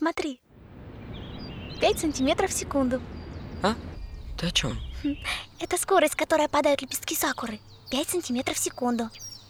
Смотри. 5 сантиметров в секунду. А? Ты о чем? Это скорость, с которой падают лепестки сакуры. 5 сантиметров в секунду.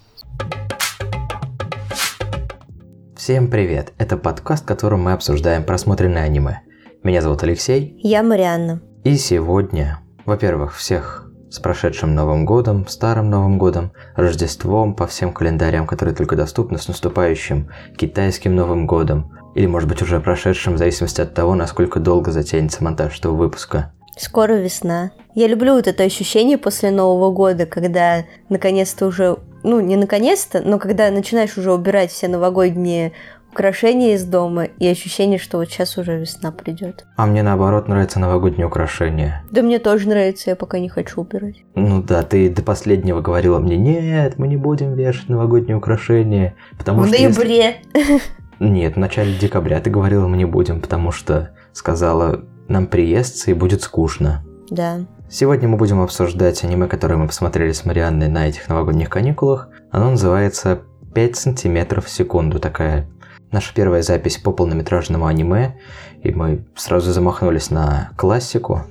Всем привет! Это подкаст, в котором мы обсуждаем просмотренное аниме. Меня зовут Алексей. Я Марианна. И сегодня, во-первых, всех с прошедшим Новым годом, Старым Новым годом, Рождеством, по всем календарям, которые только доступны, с наступающим Китайским Новым годом, или, может быть, уже прошедшим, в зависимости от того, насколько долго затянется монтаж этого выпуска. Скоро весна. Я люблю вот это ощущение после Нового года, когда наконец-то уже, не наконец-то, но когда начинаешь уже убирать все новогодние украшения из дома, и ощущение, что вот сейчас уже весна придет. А мне, наоборот, нравятся новогодние украшения. Да мне тоже нравится, я пока не хочу убирать. Ну да, ты до последнего говорила мне: нет, мы не будем вешать новогодние украшения, потому в что... ноябре. Нет, в начале декабря ты говорила: мы не будем, потому что сказала, нам приестся и будет скучно. Да. Сегодня мы будем обсуждать аниме, которое мы посмотрели с Марианной на этих новогодних каникулах. Оно называется «5 сантиметров в секунду». Такая наша первая запись по полнометражному аниме. И мы сразу замахнулись на классику.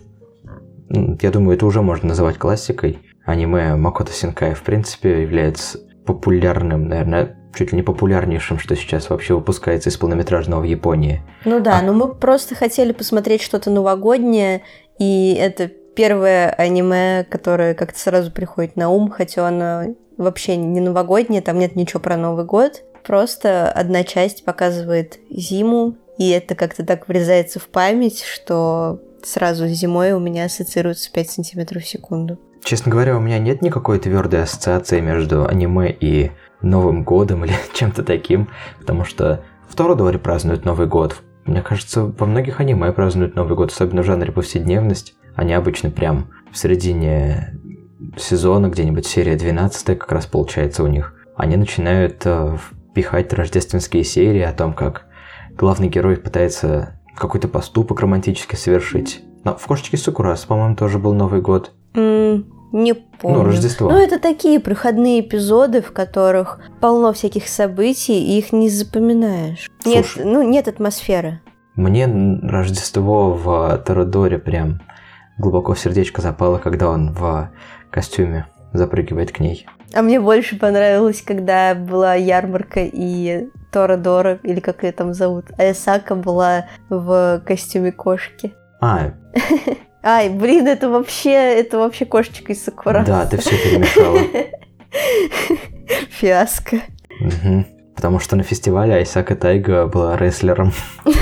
Я думаю, это уже можно называть классикой. Аниме Макото Синкай, в принципе, является популярным, наверное, чуть ли не популярнейшим, что сейчас вообще выпускается из полнометражного в Японии. Ну да, но мы просто хотели посмотреть что-то новогоднее, и это первое аниме, которое как-то сразу приходит на ум, хотя оно вообще не новогоднее, там нет ничего про Новый год. Просто одна часть показывает зиму, и это как-то так врезается в память, что сразу с зимой у меня ассоциируется 5 сантиметров в секунду. Честно говоря, у меня нет никакой твердой ассоциации между аниме и Новым годом или чем-то таким, потому что в Торадоре празднуют Новый год. Мне кажется, во многих аниме празднуют Новый год, особенно в жанре повседневность. Они обычно прям в середине сезона, где-нибудь серия 12 как раз получается у них. Они начинают впихать рождественские серии о том, как главный герой пытается какой-то поступок романтически совершить. Но в «Кошечке Сакурасо», по-моему, тоже был Новый год. Не помню. Рождество. Это такие проходные эпизоды, в которых полно всяких событий, и их не запоминаешь. Слушай, нет атмосферы. Мне Рождество в Торадоре прям глубоко в сердечко запало, когда он в костюме запрыгивает к ней. А мне больше понравилось, когда была ярмарка, и Торадора, или как ее там зовут, Айсака была в костюме кошки. Ай, блин, это вообще «Кошечка из Сакурасо». Да, ты все перемешала. Фиаско. Угу. Потому что на фестивале Айсака Тайга была рестлером.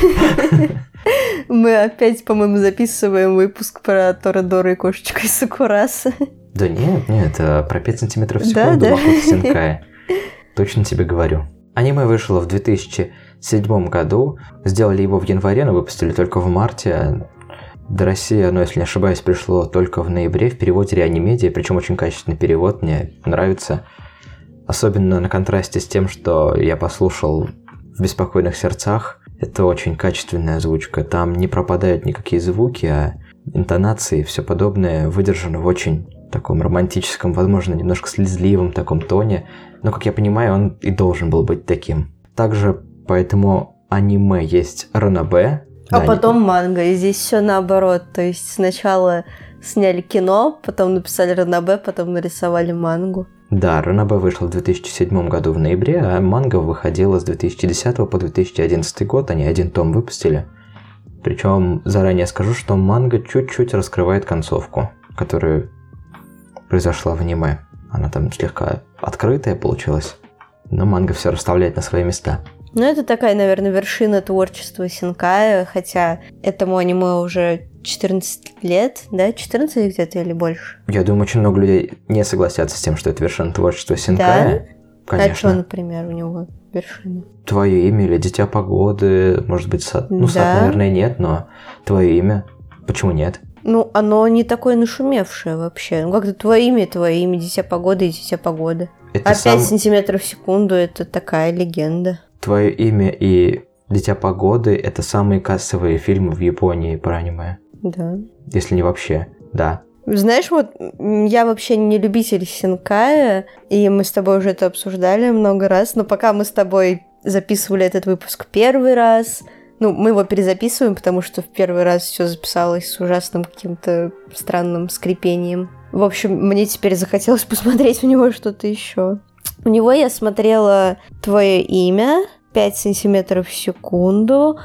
Мы опять, по-моему, записываем выпуск про Торадору и «Кошечку из Сакурасо». Да нет, про 5 сантиметров в секунду Макото Синкай. Точно тебе говорю. Аниме вышло в 2007 году. Сделали его в январе, но выпустили только в марте. До России оно, если не ошибаюсь, пришло только в ноябре в переводе Реанимедиа, причем очень качественный перевод, мне нравится. Особенно на контрасте с тем, что я послушал в «Беспокойных сердцах». Это очень качественная озвучка. Там не пропадают никакие звуки, а интонации и все подобное выдержано в очень таком романтическом, возможно, немножко слезливом таком тоне. Но, как я понимаю, он и должен был быть таким. Также по этому аниме есть ранобэ. А потом манга, и здесь все наоборот. То есть сначала сняли кино, потом написали ранобэ, потом нарисовали мангу. Да, ранобэ вышло в 2007 году в ноябре, а манга выходила с 2010 по 2011 год. Они один том выпустили. Причем заранее скажу, что манга чуть-чуть раскрывает концовку, которая произошла в аниме. Она там слегка открытая получилась, но манга все расставляет на свои места. Это такая, наверное, вершина творчества Синкая, хотя этому аниме уже 14 лет, да? 14 где-то или больше? Я думаю, очень много людей не согласятся с тем, что это вершина творчества Синкая. Да? Конечно. А что, например, у него вершина? Твое имя или Дитя погоды, может быть, Сад. Сад, наверное, нет, но твое имя. Почему нет? Оно не такое нашумевшее вообще. Как-то твое имя, Дитя погоды и Дитя погоды. Это 5 сантиметров в секунду — это такая легенда. Твое имя и Дитя погоды — это самые кассовые фильмы в Японии про аниме. Да. Если не вообще, да. Знаешь, я вообще не любитель Синкая, и мы с тобой уже это обсуждали много раз, но пока мы с тобой записывали этот выпуск первый раз, мы его перезаписываем, потому что в первый раз все записалось с ужасным каким-то странным скрипением. В общем, мне теперь захотелось посмотреть у него что-то еще. У него я смотрела «Твое имя», 5 сантиметров в секунду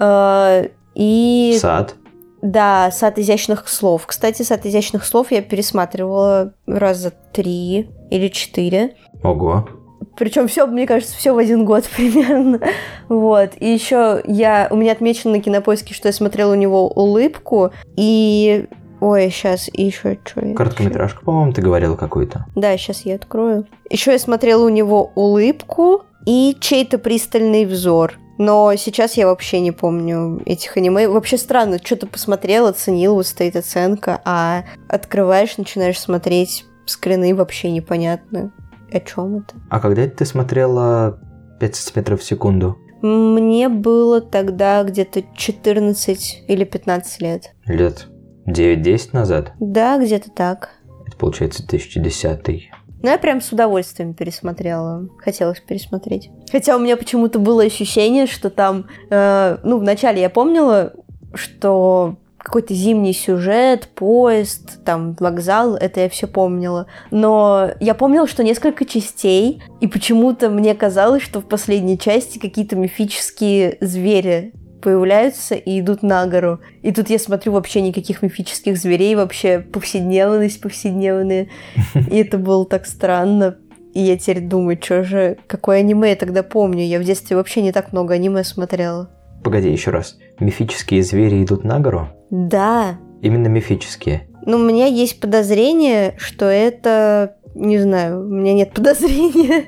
и... «Сад». Да, «Сад изящных слов». Кстати, «Сад изящных слов» я пересматривала раза 3 или 4. Ого. Причем все, мне кажется, все в один год примерно. Вот. И еще у меня отмечено на Кинопоиске, что я смотрела у него «Улыбку» и... Ой, сейчас еще что? Короткометражку, по-моему, ты говорила какую-то. Да, сейчас я открою. Еще я смотрела у него «Улыбку» и «Чей-то пристальный взор». Но сейчас я вообще не помню этих аниме. Вообще странно, что-то посмотрел, оценил, вот стоит оценка, а открываешь, начинаешь смотреть скрины, вообще непонятно, о чем это. А когда это ты смотрела 5 сантиметров в секунду? Мне было тогда где-то 14 или 15 лет. Лет 9-10 назад? Да, где-то так. Это получается 2010. Ну, я прям с удовольствием пересмотрела. Хотелось пересмотреть. Хотя у меня почему-то было ощущение, что там... вначале я помнила, что какой-то зимний сюжет, поезд, там, вокзал, это я все помнила. Но я помнила, что несколько частей, и почему-то мне казалось, что в последней части какие-то мифические звери появляются и идут на гору. И тут я смотрю, вообще никаких мифических зверей, вообще повседневные. И это было так странно. И я теперь думаю, какое аниме я тогда помню. Я в детстве вообще не так много аниме смотрела. Погоди, еще раз. Мифические звери идут на гору? Да. Именно мифические? У меня есть подозрение, что это... Не знаю, у меня нет подозрения.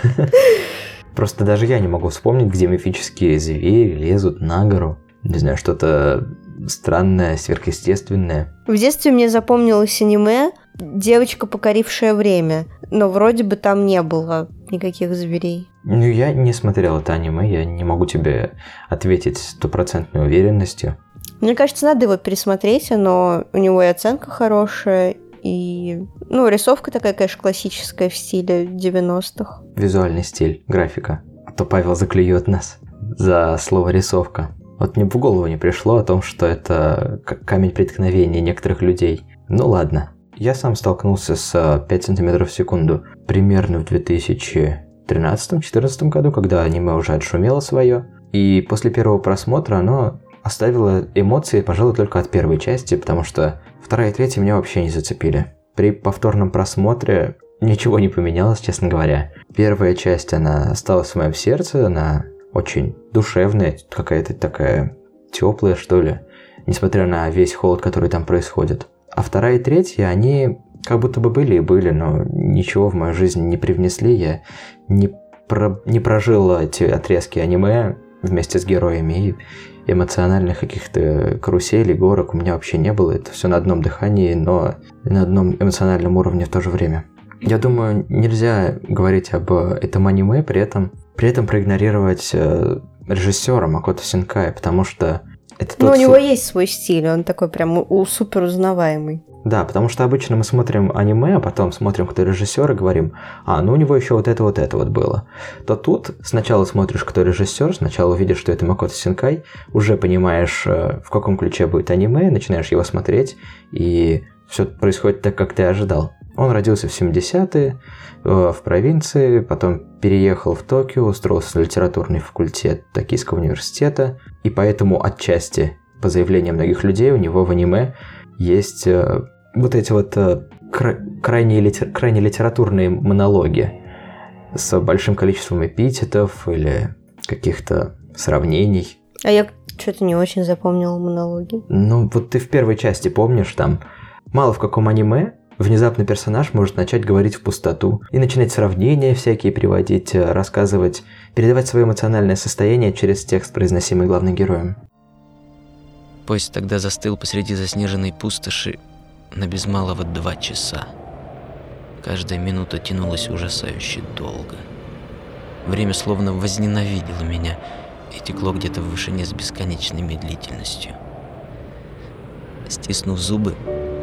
Просто даже я не могу вспомнить, где мифические звери лезут на гору. Не знаю, что-то странное, сверхъестественное. В детстве мне запомнилось аниме «Девочка, покорившая время», но вроде бы там не было никаких зверей. Я не смотрел это аниме, я не могу тебе ответить с стопроцентной уверенностью. Мне кажется, надо его пересмотреть, но у него и оценка хорошая, и, рисовка такая, конечно, классическая в стиле 90-х. Визуальный стиль, графика. А то Павел заклюет нас за слово «рисовка». Вот мне в голову не пришло о том, что это камень преткновения некоторых людей. Ну ладно. Я сам столкнулся с 5 сантиметров в секунду примерно в 2013-2014 году, когда аниме уже отшумело свое. И после первого просмотра оно оставило эмоции, пожалуй, только от первой части, потому что вторая и третья меня вообще не зацепили. При повторном просмотре ничего не поменялось, честно говоря. Первая часть, она осталась в моем сердце, она очень душевная, какая-то такая теплая, что ли, несмотря на весь холод, который там происходит. А вторая и третья, они как будто бы были и были, но ничего в мою жизнь не привнесли. Я не прожил эти отрезки аниме вместе с героями, и эмоциональных каких-то каруселей, горок у меня вообще не было. Это все на одном дыхании, но на одном эмоциональном уровне в то же время. Я думаю, нельзя говорить об этом аниме, при этом проигнорировать режиссера Макото Синкая, потому что это тот... у него есть свой стиль, он такой прям супер узнаваемый. Да, потому что обычно мы смотрим аниме, а потом смотрим, кто режиссер, и говорим, у него еще вот это вот было. То тут сначала смотришь, кто режиссер, сначала увидишь, что это Макото Синкай, уже понимаешь, в каком ключе будет аниме, начинаешь его смотреть, и все происходит так, как ты ожидал. Он родился в 70-е в провинции, потом переехал в Токио, устроился на литературный факультет Токийского университета, и поэтому отчасти, по заявлениям многих людей, у него в аниме есть вот эти вот крайне литературные монологи с большим количеством эпитетов или каких-то сравнений. А я что-то не очень запомнила монологи. Вот ты в первой части помнишь, там мало в каком аниме внезапно персонаж может начать говорить в пустоту и начинать сравнения всякие приводить, рассказывать, передавать свое эмоциональное состояние через текст, произносимый главным героем. Поезд тогда застыл посреди заснеженной пустоши на без малого 2 часа. Каждая минута тянулась ужасающе долго. Время словно возненавидело меня и текло где-то в вышине с бесконечной медлительностью. Стиснув зубы,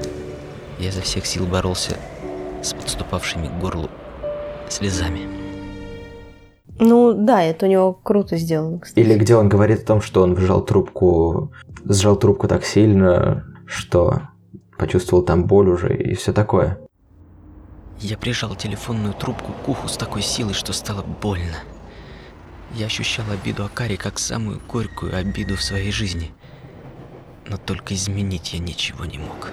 я изо всех сил боролся с подступавшими к горлу слезами. Ну да, это у него круто сделано, кстати. Или где он говорит о том, что он сжал трубку так сильно, что почувствовал там боль уже и все такое. Я прижал телефонную трубку к уху с такой силой, что стало больно. Я ощущал обиду Акари как самую горькую обиду в своей жизни. Но только изменить я ничего не мог.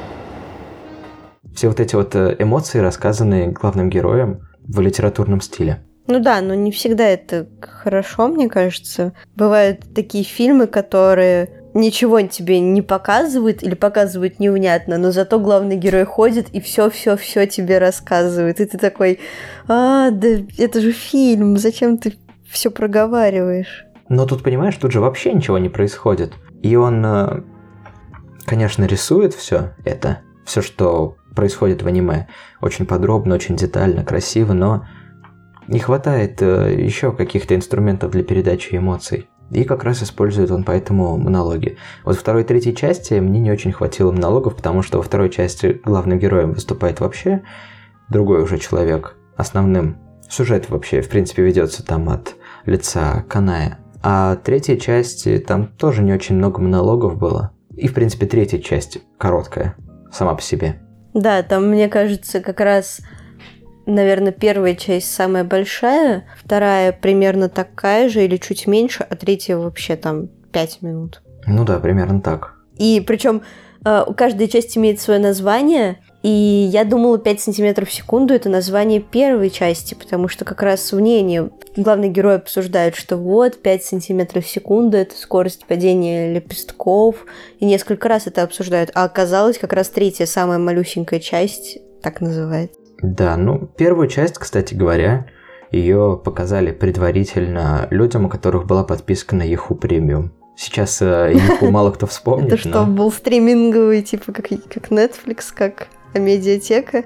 Все вот эти вот эмоции, рассказанные главным героем в литературном стиле. Ну да, но не всегда это хорошо, мне кажется. Бывают такие фильмы, которые ничего тебе не показывают или показывают невнятно, но зато главный герой ходит и все тебе рассказывает. И ты такой: да это же фильм, зачем ты все проговариваешь? Но тут, понимаешь, тут же вообще ничего не происходит. И он, конечно, рисует все это, все, что происходит в аниме, очень подробно, очень детально, красиво, но не хватает еще каких-то инструментов для передачи эмоций. И как раз использует он поэтому монологи. Вот во второй и третьей части мне не очень хватило монологов, потому что во второй части главным героем выступает вообще другой уже человек. Основным сюжет вообще, в принципе, ведется там от лица Каная. А третьей части там тоже не очень много монологов было. И, в принципе, третья часть короткая сама по себе. Да, там, мне кажется, как раз, наверное, первая часть самая большая, вторая примерно такая же или чуть меньше, а третья вообще там 5 минут. Ну да, примерно так. И причем каждая часть имеет свое название, и я думала, 5 сантиметров в секунду — это название первой части, потому что как раз в ней главный герой обсуждает, что вот 5 сантиметров в секунду — это скорость падения лепестков, и несколько раз это обсуждают, а оказалось, как раз третья, самая малюсенькая часть, так называется. Да, ну, первую часть, кстати говоря, ее показали предварительно людям, у которых была подписка на Yahoo Premium. Сейчас Yahoo мало кто вспомнит. Это что, был стриминговый, типа как Netflix, как медиатека?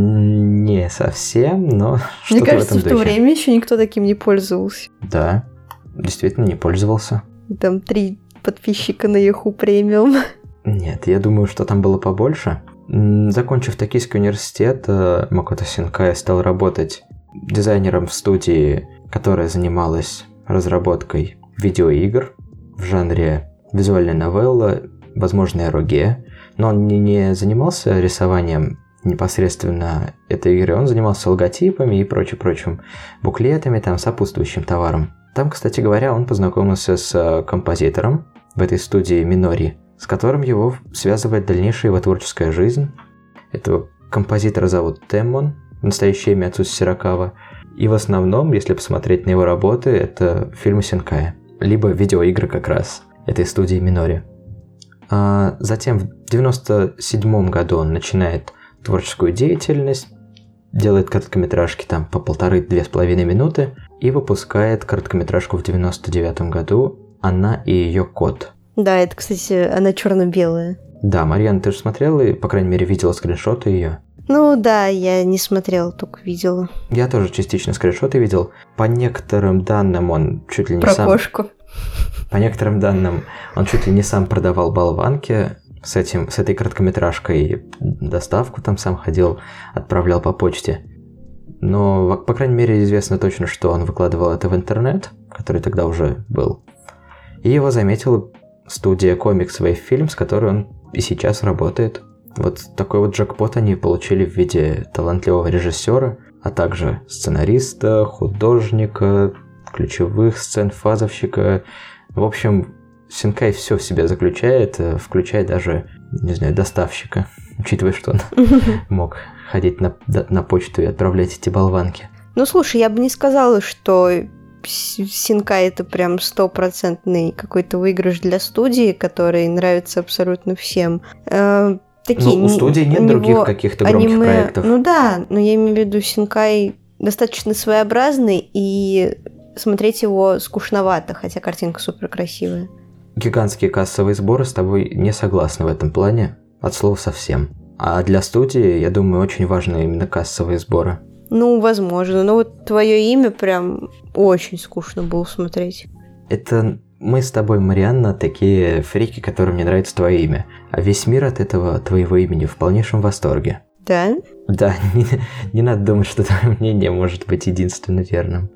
Не совсем, но что-то в этом духе. Мне кажется, в то время еще никто таким не пользовался. Да, действительно не пользовался. Там 3 подписчика на Yahoo Premium. Нет, я думаю, что там было побольше. Закончив Токийский университет, Макото Синкай стал работать дизайнером в студии, которая занималась разработкой видеоигр в жанре визуальная новелла, возможно, эроге. Но он не занимался рисованием непосредственно этой игры, он занимался логотипами и прочим буклетами, там, сопутствующим товаром. Там, кстати говоря, он познакомился с композитором в этой студии Минори, с которым его связывает дальнейшая его творческая жизнь. Этого композитора зовут Теммон, настоящее имя Ацуси Сиракава. И в основном, если посмотреть на его работы, это фильмы Синкая, либо видеоигры как раз этой студии Минори. А затем в 1997 году он начинает творческую деятельность, делает короткометражки там по 1,5-2,5 минуты и выпускает короткометражку в 1999 году «Она и ее кот». Да, это, кстати, она черно-белая. Да, Марьяна, ты же смотрела и, по крайней мере, видела скриншоты ее? Ну да, я не смотрела, только видела. Я тоже частично скриншоты видел. По некоторым данным он чуть ли не Про сам... кошку. По некоторым данным он чуть ли не сам продавал болванки с этой короткометражкой. Доставку там сам ходил, отправлял по почте. Но, по крайней мере, известно точно, что он выкладывал это в интернет, который тогда уже был. И его заметила студия Comics Wave Film, с которой он и сейчас работает. Вот такой вот джекпот они получили в виде талантливого режиссера, а также сценариста, художника, ключевых сцен, фазовщика. В общем, Синкай все в себя заключает, включая даже, не знаю, доставщика, учитывая, что он мог ходить на почту и отправлять эти болванки. Ну, слушай, я бы не сказала, что Синкай — это прям 100% какой-то выигрыш для студии, который нравится абсолютно всем. Такие, у студии нет других каких-то громких проектов. Ну да, но я имею в виду, Синкай достаточно своеобразный, и смотреть его скучновато, хотя картинка супер красивая. Гигантские кассовые сборы, с тобой не согласны в этом плане, от слова совсем. А для студии, я думаю, очень важны именно кассовые сборы. Ну, возможно, но вот твое имя прям очень скучно было смотреть. Это мы с тобой, Марианна, такие фрики, которым не нравится твое имя. А весь мир от этого твоего имени в полнейшем восторге. Да? Да, не надо думать, что твое мнение может быть единственно верным.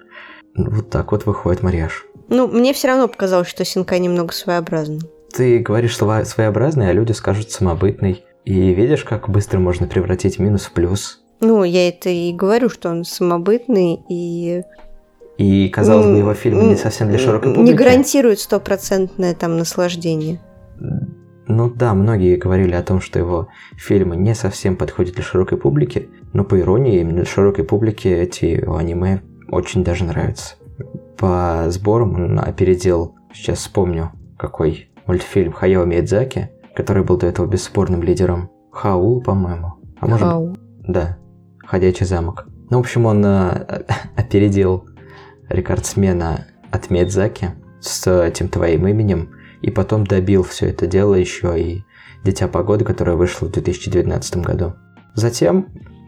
Вот так вот выходит, Марьяш. Ну, мне все равно показалось, что Синкай немного своеобразный. Ты говоришь своеобразный, а люди скажут самобытный. И видишь, как быстро можно превратить минус в плюс. Ну, я это и говорю, что он самобытный и... И, казалось бы, его фильмы не совсем для широкой публики. Не гарантирует стопроцентное там наслаждение. Ну да, многие говорили о том, что его фильмы не совсем подходят для широкой публики, но по иронии, именно для широкой публики эти аниме очень даже нравятся. По сборам он опередил, сейчас вспомню, какой мультфильм Хаяо Миядзаки, который был до этого бесспорным лидером. Хаул, по-моему. А может... Хау. Да, «Ходячий замок». Ну, в общем, он опередил рекордсмена от Миядзаки с этим твоим именем, и потом добил все это дело еще и «Дитя погоды», которое вышло в 2019 году. Затем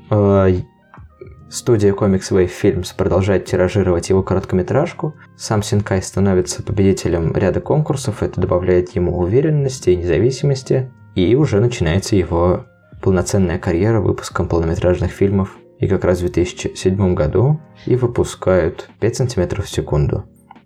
студия Comics Wave Films продолжает тиражировать его короткометражку. Сам Синкай становится победителем ряда конкурсов, это добавляет ему уверенности и независимости, и уже начинается его полноценная карьера выпуском полнометражных фильмов. И как раз в 2007 году и выпускают 5 сантиметров в секунду.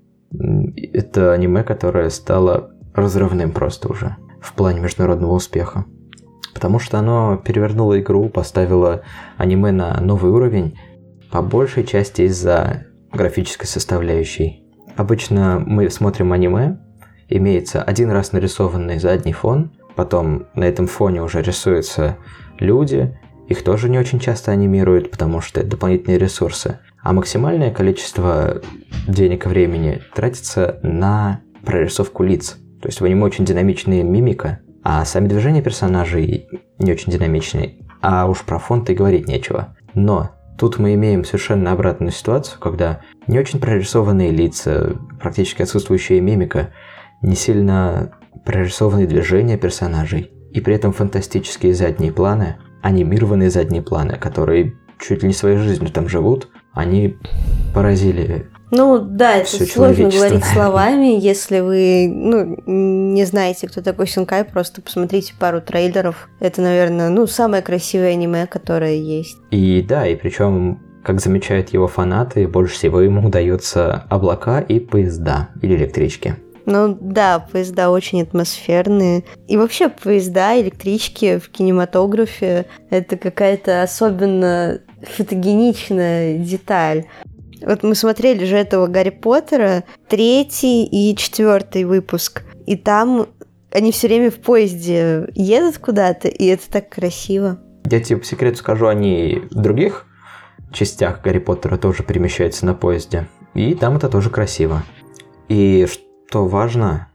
Это аниме, которое стало разрывным просто уже в плане международного успеха. Потому что оно перевернуло игру, поставило аниме на новый уровень, по большей части из-за графической составляющей. Обычно мы смотрим аниме, имеется один раз нарисованный задний фон, потом на этом фоне уже рисуются люди, их тоже не очень часто анимируют, потому что это дополнительные ресурсы. А максимальное количество денег и времени тратится на прорисовку лиц. То есть в аниме очень динамичная мимика, а сами движения персонажей не очень динамичные. А уж про фон-то и говорить нечего. Но тут мы имеем совершенно обратную ситуацию, когда не очень прорисованные лица, практически отсутствующая мимика, не сильно прорисованные движения персонажей, и при этом фантастические задние планы, анимированные задние планы, которые чуть ли не своей жизнью там живут, они поразили. Ну да, это сложно говорить словами, если вы не знаете, кто такой Синкай, просто посмотрите пару трейлеров. Это, наверное, самое красивое аниме, которое есть. И да, и причем, как замечают его фанаты, больше всего ему удается облака и поезда или электрички. Ну да, поезда очень атмосферные. И вообще поезда, электрички в кинематографе — это какая-то особенно фотогеничная деталь. Вот мы смотрели же этого Гарри Поттера, 3 и 4 выпуск, и там они все время в поезде едут куда-то, и это так красиво. Я тебе по секрету скажу, они в других частях Гарри Поттера тоже перемещаются на поезде, и там это тоже красиво. И что важно,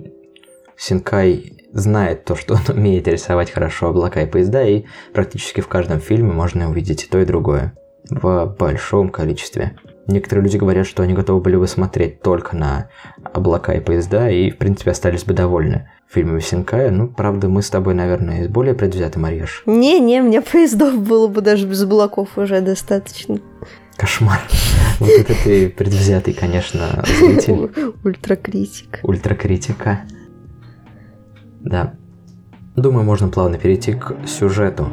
Синкай знает то, что он умеет рисовать хорошо облака и поезда, и практически в каждом фильме можно увидеть и то, и другое в большом количестве. Некоторые люди говорят, что они готовы были бы смотреть только на облака и поезда, и, в принципе, остались бы довольны фильмами Синкая. Ну, правда, мы с тобой, наверное, более предвзяты, Марьяш. Не, мне поездов было бы даже без облаков уже достаточно. Кошмар. Вот это ты предвзятый, конечно, зритель. Ультракритик. Ультракритика. Да. Думаю, можно плавно перейти к сюжету.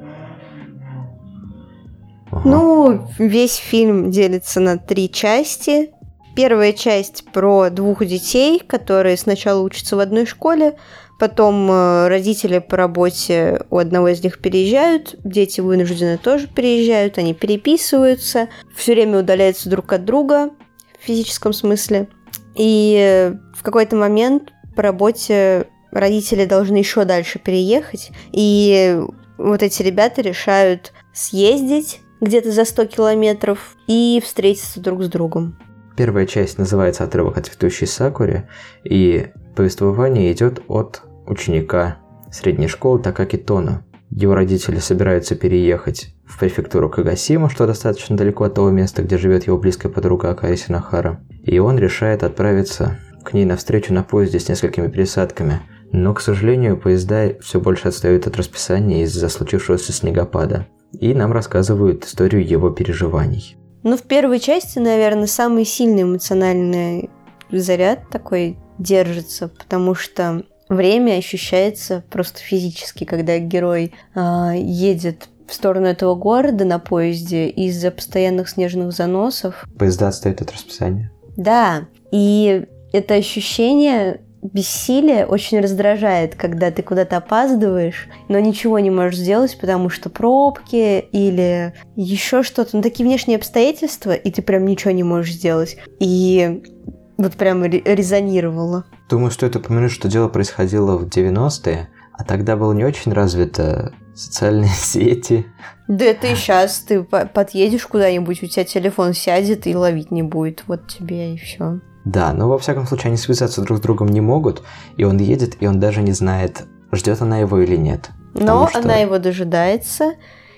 Ну, весь фильм делится на 3 части. Первая часть про 2 детей, которые сначала учатся в одной школе, потом родители по работе у одного из них переезжают, дети вынуждены тоже переезжают, они переписываются, все время удаляются друг от друга в физическом смысле. И в какой-то момент по работе родители должны еще дальше переехать, и вот эти ребята решают съездить где-то за 100 километров и встретиться друг с другом. Первая часть называется «Отрывок о цветущей сакуре», и повествование идет от ученика средней школы Такаки Тоно. Его родители собираются переехать в префектуру Кагасима, что достаточно далеко от того места, где живет его близкая подруга Акари Синохара. И он решает отправиться к ней навстречу на поезде с несколькими пересадками. Но, к сожалению, поезда все больше отстают от расписания из-за случившегося снегопада. И нам рассказывают историю его переживаний. Ну, в первой части, наверное, самый сильный эмоциональный заряд такой держится, потому что время ощущается просто физически, когда герой едет в сторону этого города на поезде из-за постоянных снежных заносов. Поезда отстают от расписания. Да, и это ощущение бессилия очень раздражает, когда ты куда-то опаздываешь, но ничего не можешь сделать, потому что пробки или еще что-то. Ну, такие внешние обстоятельства, и ты прям ничего не можешь сделать. И вот прям резонировало. Думаю, стоит упомянуть, что дело происходило в 90-е, а тогда было не очень развито социальные сети. Да это и сейчас. Ты подъедешь куда-нибудь, у тебя телефон сядет и ловить не будет. Вот тебе и все. Да, но во всяком случае они связаться друг с другом не могут, и он едет, и он даже не знает, ждет она его или нет. Но она его дожидается,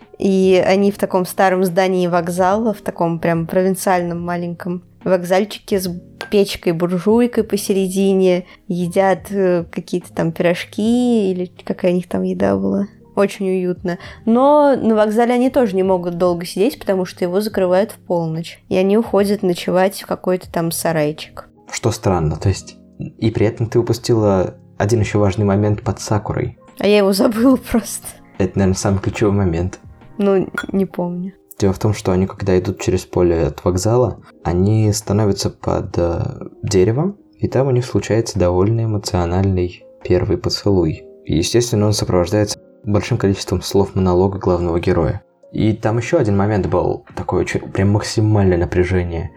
и они в таком старом здании вокзала, в таком прям провинциальном маленьком вокзальчике с печкой-буржуйкой посередине, едят какие-то там пирожки или какая у них там еда была. Очень уютно. Но на вокзале они тоже не могут долго сидеть, потому что его закрывают в полночь. И они уходят ночевать в какой-то там сарайчик. Что странно, то есть... И при этом ты упустила один еще важный момент под Сакурой. А я его забыла просто. Это, наверное, самый ключевой момент. Ну, не помню. Дело в том, что они, когда идут через поле от вокзала, они становятся под деревом, и там у них случается довольно эмоциональный первый поцелуй. И, естественно, он сопровождается большим количеством слов монолога главного героя. И там еще один момент был, такое очень, прям максимальное напряжение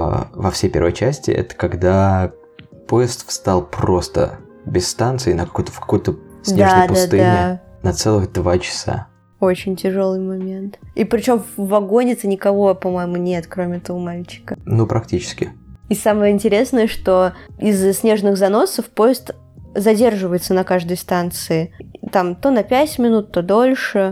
во всей первой части. Это когда поезд встал просто без станции в какой-то снежной пустыне на целых 2 часа. Очень тяжелый момент. И причем в вагоне-то никого, по-моему, нет, кроме этого мальчика. Ну, практически. И самое интересное, что из-за снежных заносов поезд задерживается на каждой станции. Там то на 5 минут, то дольше.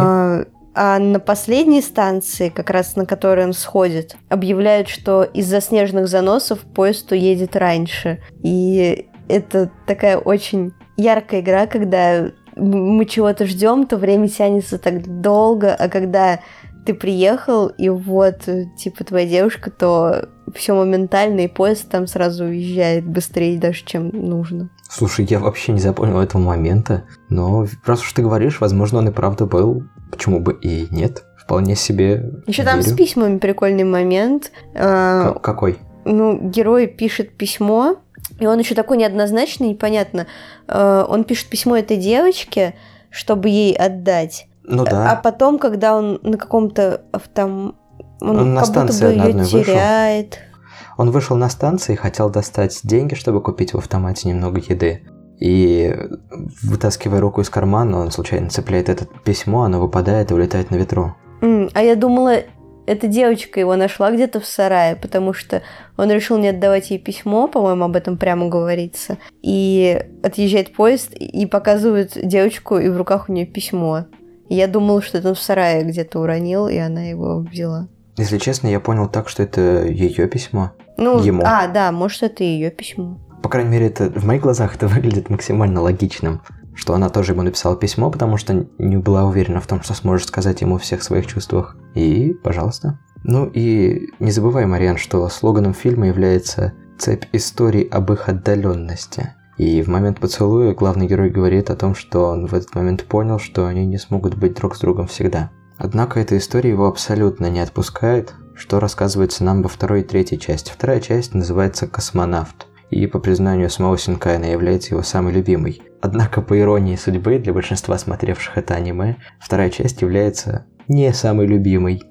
А на последней станции, как раз на которой он сходит, объявляют, что из-за снежных заносов поезд уедет раньше. И это такая очень яркая игра, когда мы чего-то ждем, то время тянется так долго, а когда ты приехал, и вот, типа, твоя девушка, то все моментально, и поезд там сразу уезжает быстрее даже, чем нужно. Слушай, я вообще не запомнил этого момента, но раз уж ты говоришь, возможно, он и правда был, почему бы и нет, вполне себе Еще там с письмами прикольный момент. Какой? Ну, герой пишет письмо, и он еще такой неоднозначный, непонятно. Он пишет письмо этой девочке, чтобы ей отдать. Ну да. А потом, когда он на каком-то он на как будто бы ее теряет. Вышел. Он вышел на станции и хотел достать деньги, чтобы купить в автомате немного еды. И, вытаскивая руку из кармана, он случайно цепляет это письмо, оно выпадает и улетает на ветру. А я думала, эта девочка его нашла где-то в сарае, потому что он решил не отдавать ей письмо, по-моему, об этом прямо говорится. И отъезжает поезд, и показывают девочку, и в руках у нее письмо. И я думала, что это он в сарае где-то уронил, и она его взяла. Если честно, я понял так, что это ее письмо. Ну, ему. Да, может, это ее письмо. По крайней мере, это в моих глазах это выглядит максимально логичным, что она тоже ему написала письмо, потому что не была уверена в том, что сможет сказать ему о всех своих чувствах. И, пожалуйста. Ну и не забывай, Мариан, что слоганом фильма является «Цепь историй об их отдаленности». И в момент поцелуя главный герой говорит о том, что он в этот момент понял, что они не смогут быть друг с другом всегда. Однако эта история его абсолютно не отпускает, что рассказывается нам во второй и третьей части. Вторая часть называется «Космонавт», и по признанию самого Синкая она является его самой любимой. Однако, по иронии судьбы, для большинства смотревших это аниме, вторая часть является не самой любимой.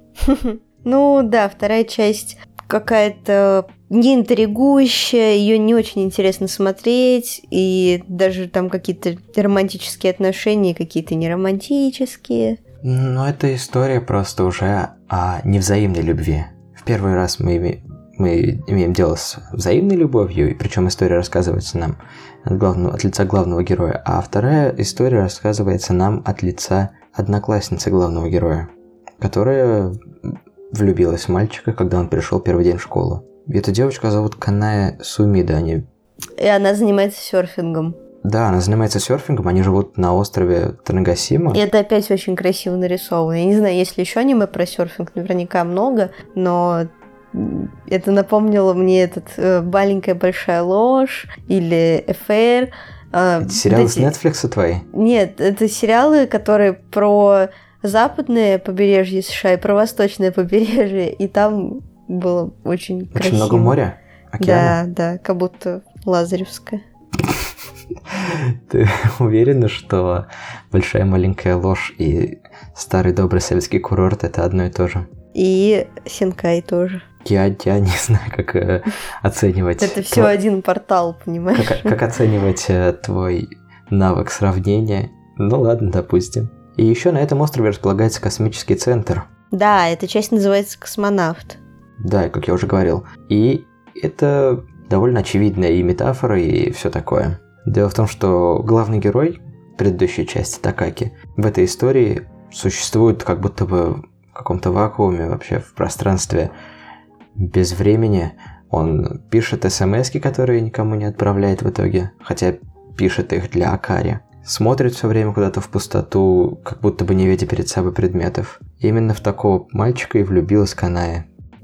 Ну да, вторая часть какая-то неинтригующая, ее не очень интересно смотреть, и даже там какие-то романтические отношения, какие-то неромантические. Но это история просто уже о невзаимной любви. В первый раз мы имеем дело с взаимной любовью, и причем история рассказывается нам от лица главного героя, а вторая история рассказывается нам от лица одноклассницы главного героя, которая влюбилась в мальчика, когда он пришел первый день в школу. И эту девочку зовут Канае Сумида. И она занимается серфингом. Да, она занимается серфингом, они живут на острове Танагасима. И это опять очень красиво нарисовано. Я не знаю, есть ли еще аниме про серфинг, наверняка много, но это напомнило мне «Маленькая большая ложь» или «ФР». Это сериалы с Netflix твои? Нет, это сериалы, которые про западное побережье США и про восточное побережье, и там было очень красиво. Очень много моря, океана? Да, как будто Лазаревское. Ты уверена, что большая маленькая ложь и старый добрый советский курорт — это одно и то же? И Синкай тоже. Я не знаю, как оценивать. Это все один портал, понимаешь? Как оценивать твой навык сравнения? Ну ладно, допустим. И еще на этом острове располагается космический центр. Да, эта часть называется «Космонавт». Да, как я уже говорил. И это довольно очевидная и метафора, и все такое. Дело в том, что главный герой предыдущей части, Такаки, в этой истории существует как будто бы в каком-то вакууме вообще в пространстве без времени. Он пишет смс-ки, которые никому не отправляет в итоге, хотя пишет их для Акари. Смотрит все время куда-то в пустоту, как будто бы не видя перед собой предметов. И именно в такого мальчика и влюбилась Каная.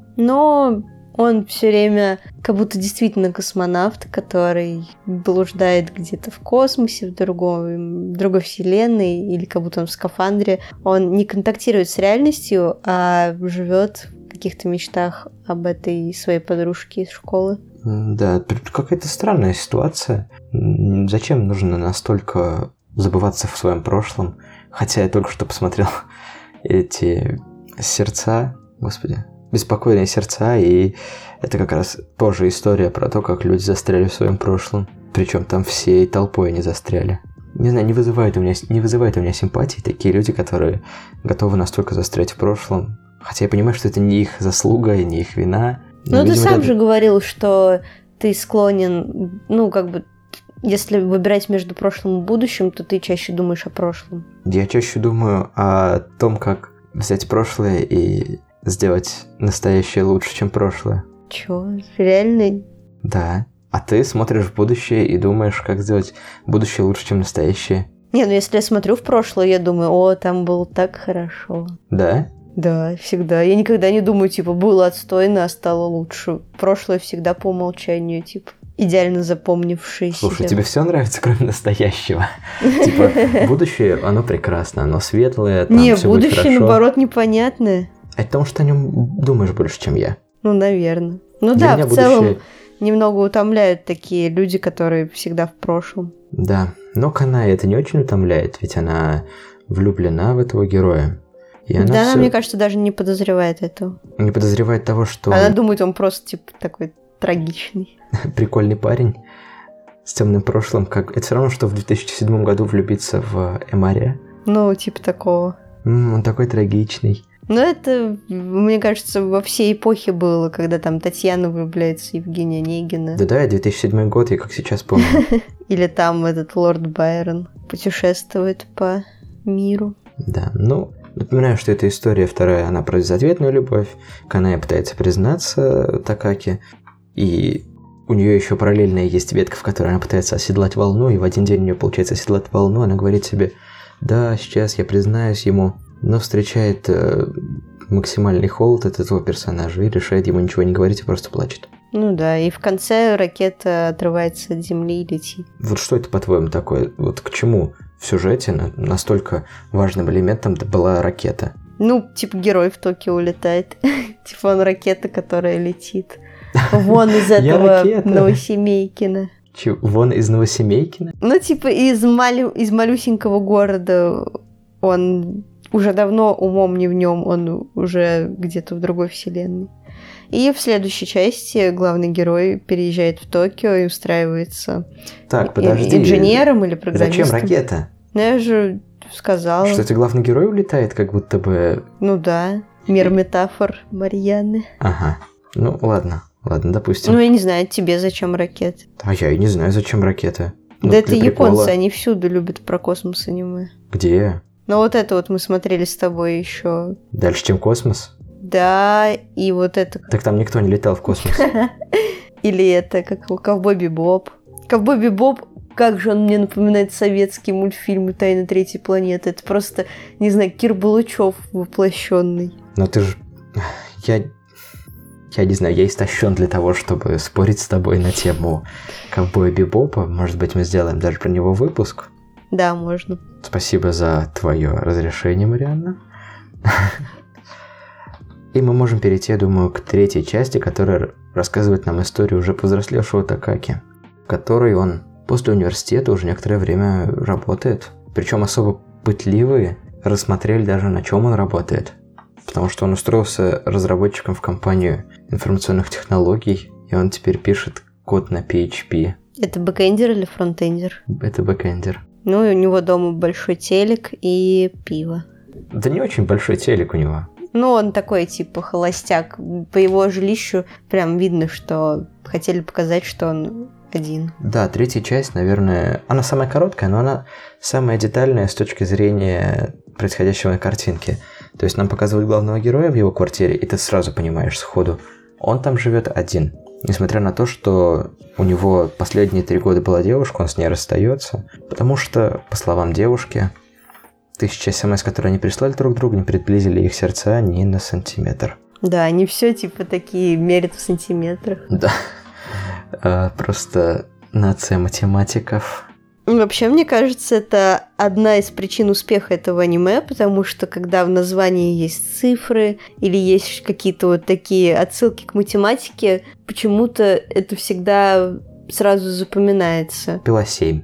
Но он все время как будто действительно космонавт, который блуждает где-то в космосе, в другой вселенной, или как будто он в скафандре. Он не контактирует с реальностью, а живет в каких-то мечтах об этой своей подружке из школы. Да, какая-то странная ситуация. Зачем нужно настолько забываться в своем прошлом? Хотя я только что посмотрел эти сердца, господи, беспокойные сердца, и это как раз тоже история про то, как люди застряли в своем прошлом. Причем там всей толпой они застряли. Не знаю, не вызывает у меня симпатии такие люди, которые готовы настолько застрять в прошлом. Хотя я понимаю, что это не их заслуга, не их вина. Но ты сам же говорил, что ты склонен, если выбирать между прошлым и будущим, то ты чаще думаешь о прошлом. Я чаще думаю о том, как взять прошлое и сделать настоящее лучше, чем прошлое. Чё, реально? Да. А ты смотришь в будущее и думаешь, как сделать будущее лучше, чем настоящее. Не, если я смотрю в прошлое, я думаю, там было так хорошо. Да? Да, всегда. Я никогда не думаю, было отстойно, а стало лучше. Прошлое всегда по умолчанию, идеально запомнившееся. Слушай, тебе все нравится, кроме настоящего? Будущее, оно прекрасно, оно светлое, там не, все будет хорошо. Будущее, наоборот, непонятное. Это потому, что о нем думаешь больше, чем я. Наверное. Да, в целом немного утомляют такие люди, которые всегда в прошлом. Да, но Каная это не очень утомляет, ведь она влюблена в этого героя. И она, мне кажется, даже не подозревает этого. Не подозревает того, что... Она думает, он просто, такой трагичный. Прикольный парень с темным прошлым. Это все равно, что в 2007 году влюбиться в Эмария. Такого. Он такой трагичный. Это, мне кажется, во всей эпохе было, когда там Татьяна влюбляется в Евгения Онегина. Да, 2007 год, я как сейчас помню. Или там этот лорд Байрон путешествует по миру. Да, напоминаю, что эта история вторая, она про безответную любовь. Каная пытается признаться Такаки, и у нее еще параллельно есть ветка, в которой она пытается оседлать волну, и в один день у нее получается оседлать волну, она говорит себе, да, сейчас я признаюсь ему, но встречает максимальный холод от этого персонажа и решает ему ничего не говорить и просто плачет. И в конце ракета отрывается от земли и летит. Вот что это, по-твоему, такое? Вот к чему в сюжете настолько важным элементом была ракета? Герой в Токио улетает. Он ракета, которая летит. Вон из этого Новосемейкина. Вон из Новосемейкина? Из малюсенького города. Он уже давно умом не в нем, он уже где-то в другой вселенной. И в следующей части главный герой переезжает в Токио и устраивается инженером или программистом. Зачем ракета? Я же сказала. Что это главный герой улетает, как будто бы... Да, мир метафор Марьяны. Ага, ладно, допустим. Я не знаю, тебе зачем ракета? А я и не знаю, зачем ракета. Да это японцы, они всюду любят про космос аниме. Где? Это мы смотрели с тобой еще. Дальше, чем космос? Да, и это... Так там никто не летал в космос. Или это, как Ковбой Бибоп. Ковбой Бибоп, как же он мне напоминает советские мультфильмы «Тайны третьей планеты». Это просто, не знаю, Кир Балычев воплощенный. Но ты же... Я не знаю, я истощен для того, чтобы спорить с тобой на тему Ковбоя Бибопа. Может быть, мы сделаем даже про него выпуск? Да, можно. Спасибо за твое разрешение, Марианна. И мы можем перейти, я думаю, к третьей части, которая рассказывает нам историю уже повзрослевшего Такаки, в которой он после университета уже некоторое время работает. Причем особо пытливые рассмотрели даже, на чем он работает. Потому что он устроился разработчиком в компанию информационных технологий, и он теперь пишет код на PHP. Это бэкэндер или фронтендер? Это бэкэндер. Ну, и у него дома большой телек и пиво. Да не очень большой телек у него. Ну, он такой, типа, холостяк. По его жилищу прям видно, что хотели показать, что он один. Да, третья часть, наверное, она самая короткая, но она самая детальная с точки зрения происходящего на картинке. То есть нам показывают главного героя в его квартире, и ты сразу понимаешь сходу, он там живет один. Несмотря на то, что у него последние 3 года была девушка, он с ней расстается, потому что, по словам девушки, 1000 смс, которые они прислали друг другу, не приблизили их сердца ни на сантиметр. Да, они все типа такие мерят в сантиметрах. Да. Просто нация математиков. Вообще, мне кажется, это одна из причин успеха этого аниме, потому что когда в названии есть цифры или есть какие-то вот такие отсылки к математике, почему-то это всегда сразу запоминается. Пила 7.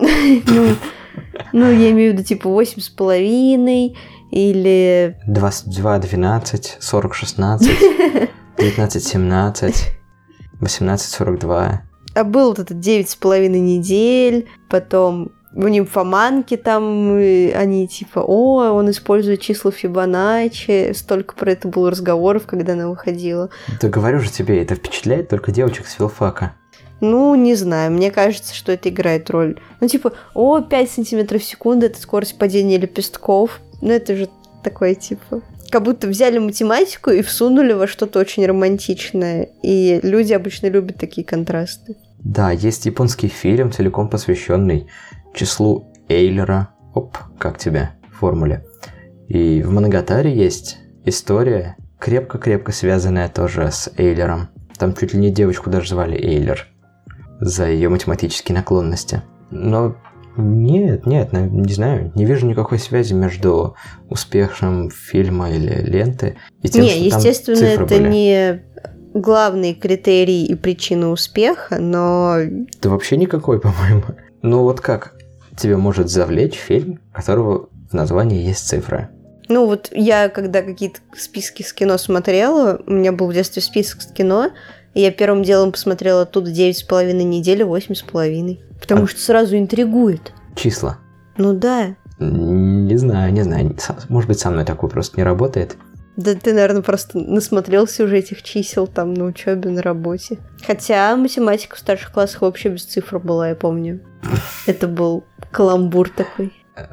Ну, я имею в виду, типа, 8,5 или... 22, 12, 40, 16, 19, 17, 18, 42. А был вот этот 9,5 недель, потом в нимфоманке там они типа, он использует числа Фибоначчи, столько про это было разговоров, когда она выходила. Да говорю же тебе, это впечатляет только девочек с филфака. Ну, не знаю, мне кажется, что это играет роль. Ну, типа, 5 сантиметров в секунду — это скорость падения лепестков. Ну, это же такое, типа... Как будто взяли математику и всунули во что-то очень романтичное. И люди обычно любят такие контрасты. Да, есть японский фильм, целиком посвященный числу Эйлера. Как тебе? Формуле. И в Моногатаре есть история, крепко-крепко связанная тоже с Эйлером. Там чуть ли не девочку даже звали Эйлер за ее математические наклонности. Но нет, не знаю, не вижу никакой связи между успехом фильма или ленты и тем, что естественно, там цифры это были. Не главный критерий и причина успеха, но... Да вообще никакой, по-моему. Ну вот как тебе может завлечь фильм, у которого в названии есть цифры? Ну вот я, когда какие-то списки с кино смотрела, у меня был в детстве список с кино, и я первым делом посмотрела оттуда 9,5 недели, 8,5. Потому что сразу интригует. Числа? Ну да. Не знаю. Может быть, со мной такое просто не работает. Да ты, наверное, просто насмотрелся уже этих чисел там на учебе, на работе. Хотя математика в старших классах вообще без цифр была, я помню. Это был каламбур такой.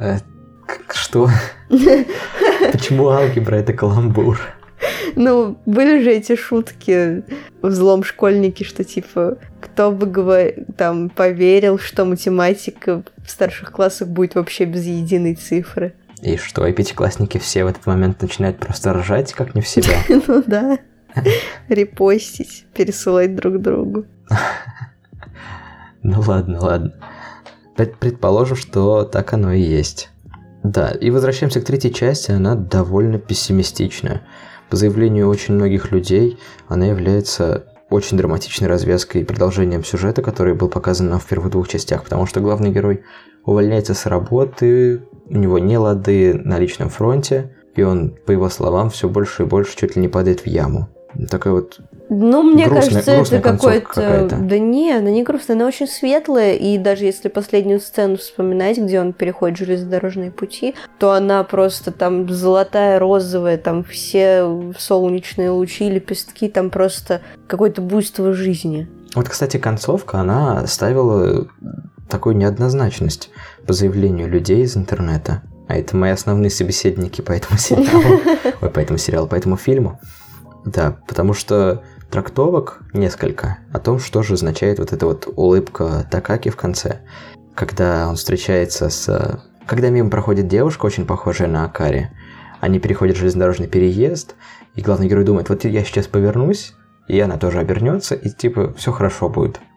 Что? Почему алгебра — это каламбур? Ну, были же эти шутки в «Злом школьнике», что типа, кто бы там поверил, что математика в старших классах будет вообще без единой цифры. И что, и пятиклассники все в этот момент начинают просто ржать, как не в себя? Ну да, репостить, пересылать друг другу. Ну ладно. Предположим, что так оно и есть. Да, и возвращаемся к третьей части, она довольно пессимистичная. По заявлению очень многих людей, она является очень драматичной развязкой и продолжением сюжета, который был показан нам в первых 2 частях, потому что главный герой увольняется с работы, у него нелады на личном фронте, и он, по его словам, все больше и больше чуть ли не падает в яму. Такая вот Ну, мне кажется, это какая-то. Да не, она не грустная, она очень светлая, и даже если последнюю сцену вспоминать, где он переходит железнодорожные пути, то она просто там золотая, розовая, там все солнечные лучи, лепестки, там просто какое-то буйство жизни. Вот, кстати, концовка, она ставила такую неоднозначность по заявлению людей из интернета. А это мои основные собеседники по этому сериалу, по этому фильму. Да, потому что трактовок несколько о том, что же означает вот эта вот улыбка Такаки в конце. Когда он встречается с... Когда мимо проходит девушка, очень похожая на Акари, они переходят железнодорожный переезд, и главный герой думает, вот я сейчас повернусь, и она тоже обернется, и типа все хорошо будет.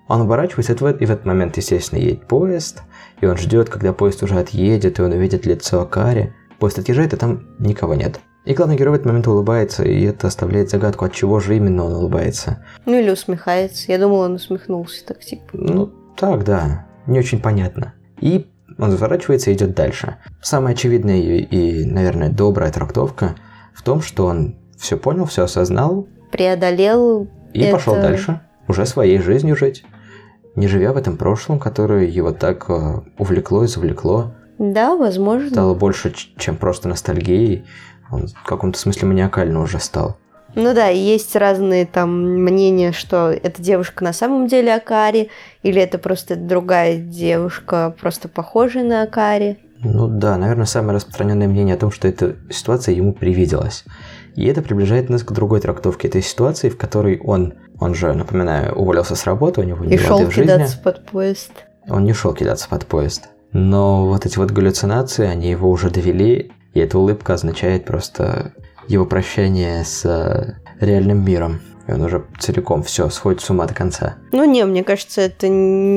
Он оборачивается, и в этот момент, естественно, едет поезд, и он ждет, когда поезд уже отъедет, и он увидит лицо Акари. Поезд отъезжает, и там никого нет. И главный герой в этот момент улыбается, и это оставляет загадку, от чего же именно он улыбается. Ну или усмехается. Я думала, он усмехнулся так типа. Ну, так, да. Не очень понятно. И он разворачивается и идет дальше. Самая очевидная и, наверное, добрая трактовка в том, что он все понял, все осознал. Преодолел. И пошел дальше. Уже своей жизнью жить. Не живя в этом прошлом, которое его так увлекло и завлекло. Да, возможно. Стало больше, чем просто ностальгией. Он в каком-то смысле маниакально уже стал. Ну да, и есть разные там мнения, что эта девушка на самом деле Акари, или это просто другая девушка, просто похожая на Акари. Ну да, наверное, самое распространенное мнение о том, что эта ситуация ему привиделась. И это приближает нас к другой трактовке этой ситуации, в которой он же, напоминаю, уволился с работы, у него не было в жизни. И шел кидаться под поезд. Он не шел кидаться под поезд. Но вот эти вот галлюцинации, они его уже довели, и эта улыбка означает просто его прощание с реальным миром. И он уже целиком все сходит с ума до конца. Ну не, мне кажется, это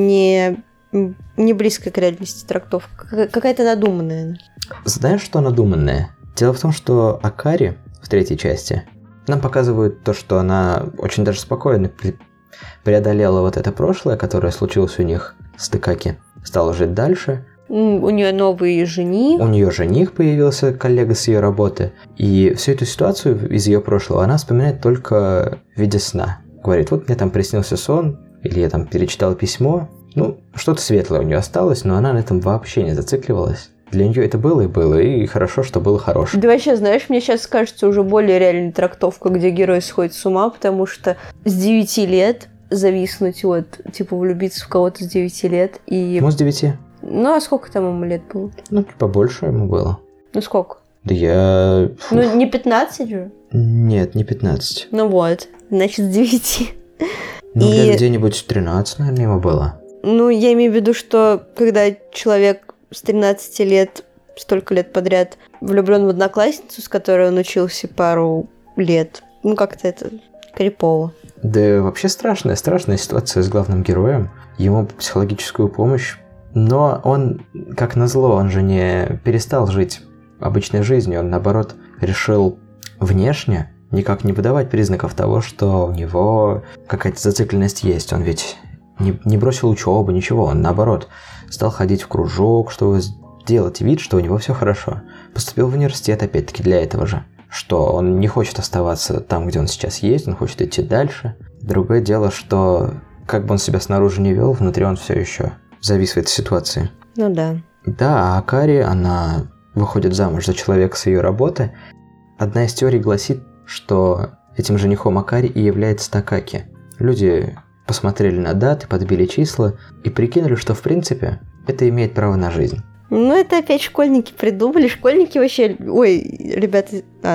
не близко к реальности трактовка. Какая-то надуманная. Знаешь, что надуманная? Дело в том, что Акари в третьей части нам показывают то, что она очень даже спокойно преодолела вот это прошлое, которое случилось у них с Декаки, стала жить дальше. У нее новый жених. У нее жених появился, коллега с ее работы. И всю эту ситуацию из ее прошлого она вспоминает только в виде сна. Говорит, вот мне там приснился сон, или я там перечитала письмо. Ну, что-то светлое у нее осталось, но она на этом вообще не зацикливалась. Для нее это было, и хорошо, что было хорошее. Да вообще, знаешь, мне сейчас кажется уже более реальная трактовка, где герой сходит с ума, потому что с 9 лет зависнуть, вот, типа влюбиться в кого-то с 9 лет и... Ну, с 9. Ну, а сколько там ему лет было? Ну, побольше ему было. Ну, сколько? Да я... Ну, не 15 же? Нет, не 15. Ну вот, значит, с 9. Ну, лет где-нибудь 13, наверное, ему было. Ну, я имею в виду, что когда человек с 13 лет, столько лет подряд влюблен в одноклассницу, с которой он учился пару лет, ну, как-то это крипово. Да вообще страшная ситуация с главным героем. Ему психологическую помощь. Но он, как назло, он же не перестал жить обычной жизнью. Он, наоборот, решил внешне никак не выдавать признаков того, что у него какая-то зацикленность есть. Он ведь не бросил учебу, ничего. Он, наоборот, стал ходить в кружок, чтобы сделать вид, что у него все хорошо. Поступил в университет, опять-таки, для этого же. Что он не хочет оставаться там, где он сейчас есть, он хочет идти дальше. Другое дело, что как бы он себя снаружи не вел, внутри он все еще завис в этой ситуации. Ну да. Да, а Акари, она выходит замуж за человека с ее работы. Одна из теорий гласит, что этим женихом Акари и является Такаки. Люди посмотрели на даты, подбили числа и прикинули, что в принципе это имеет право на жизнь. Ну, это опять школьники придумали. Школьники вообще... Ой, ребята...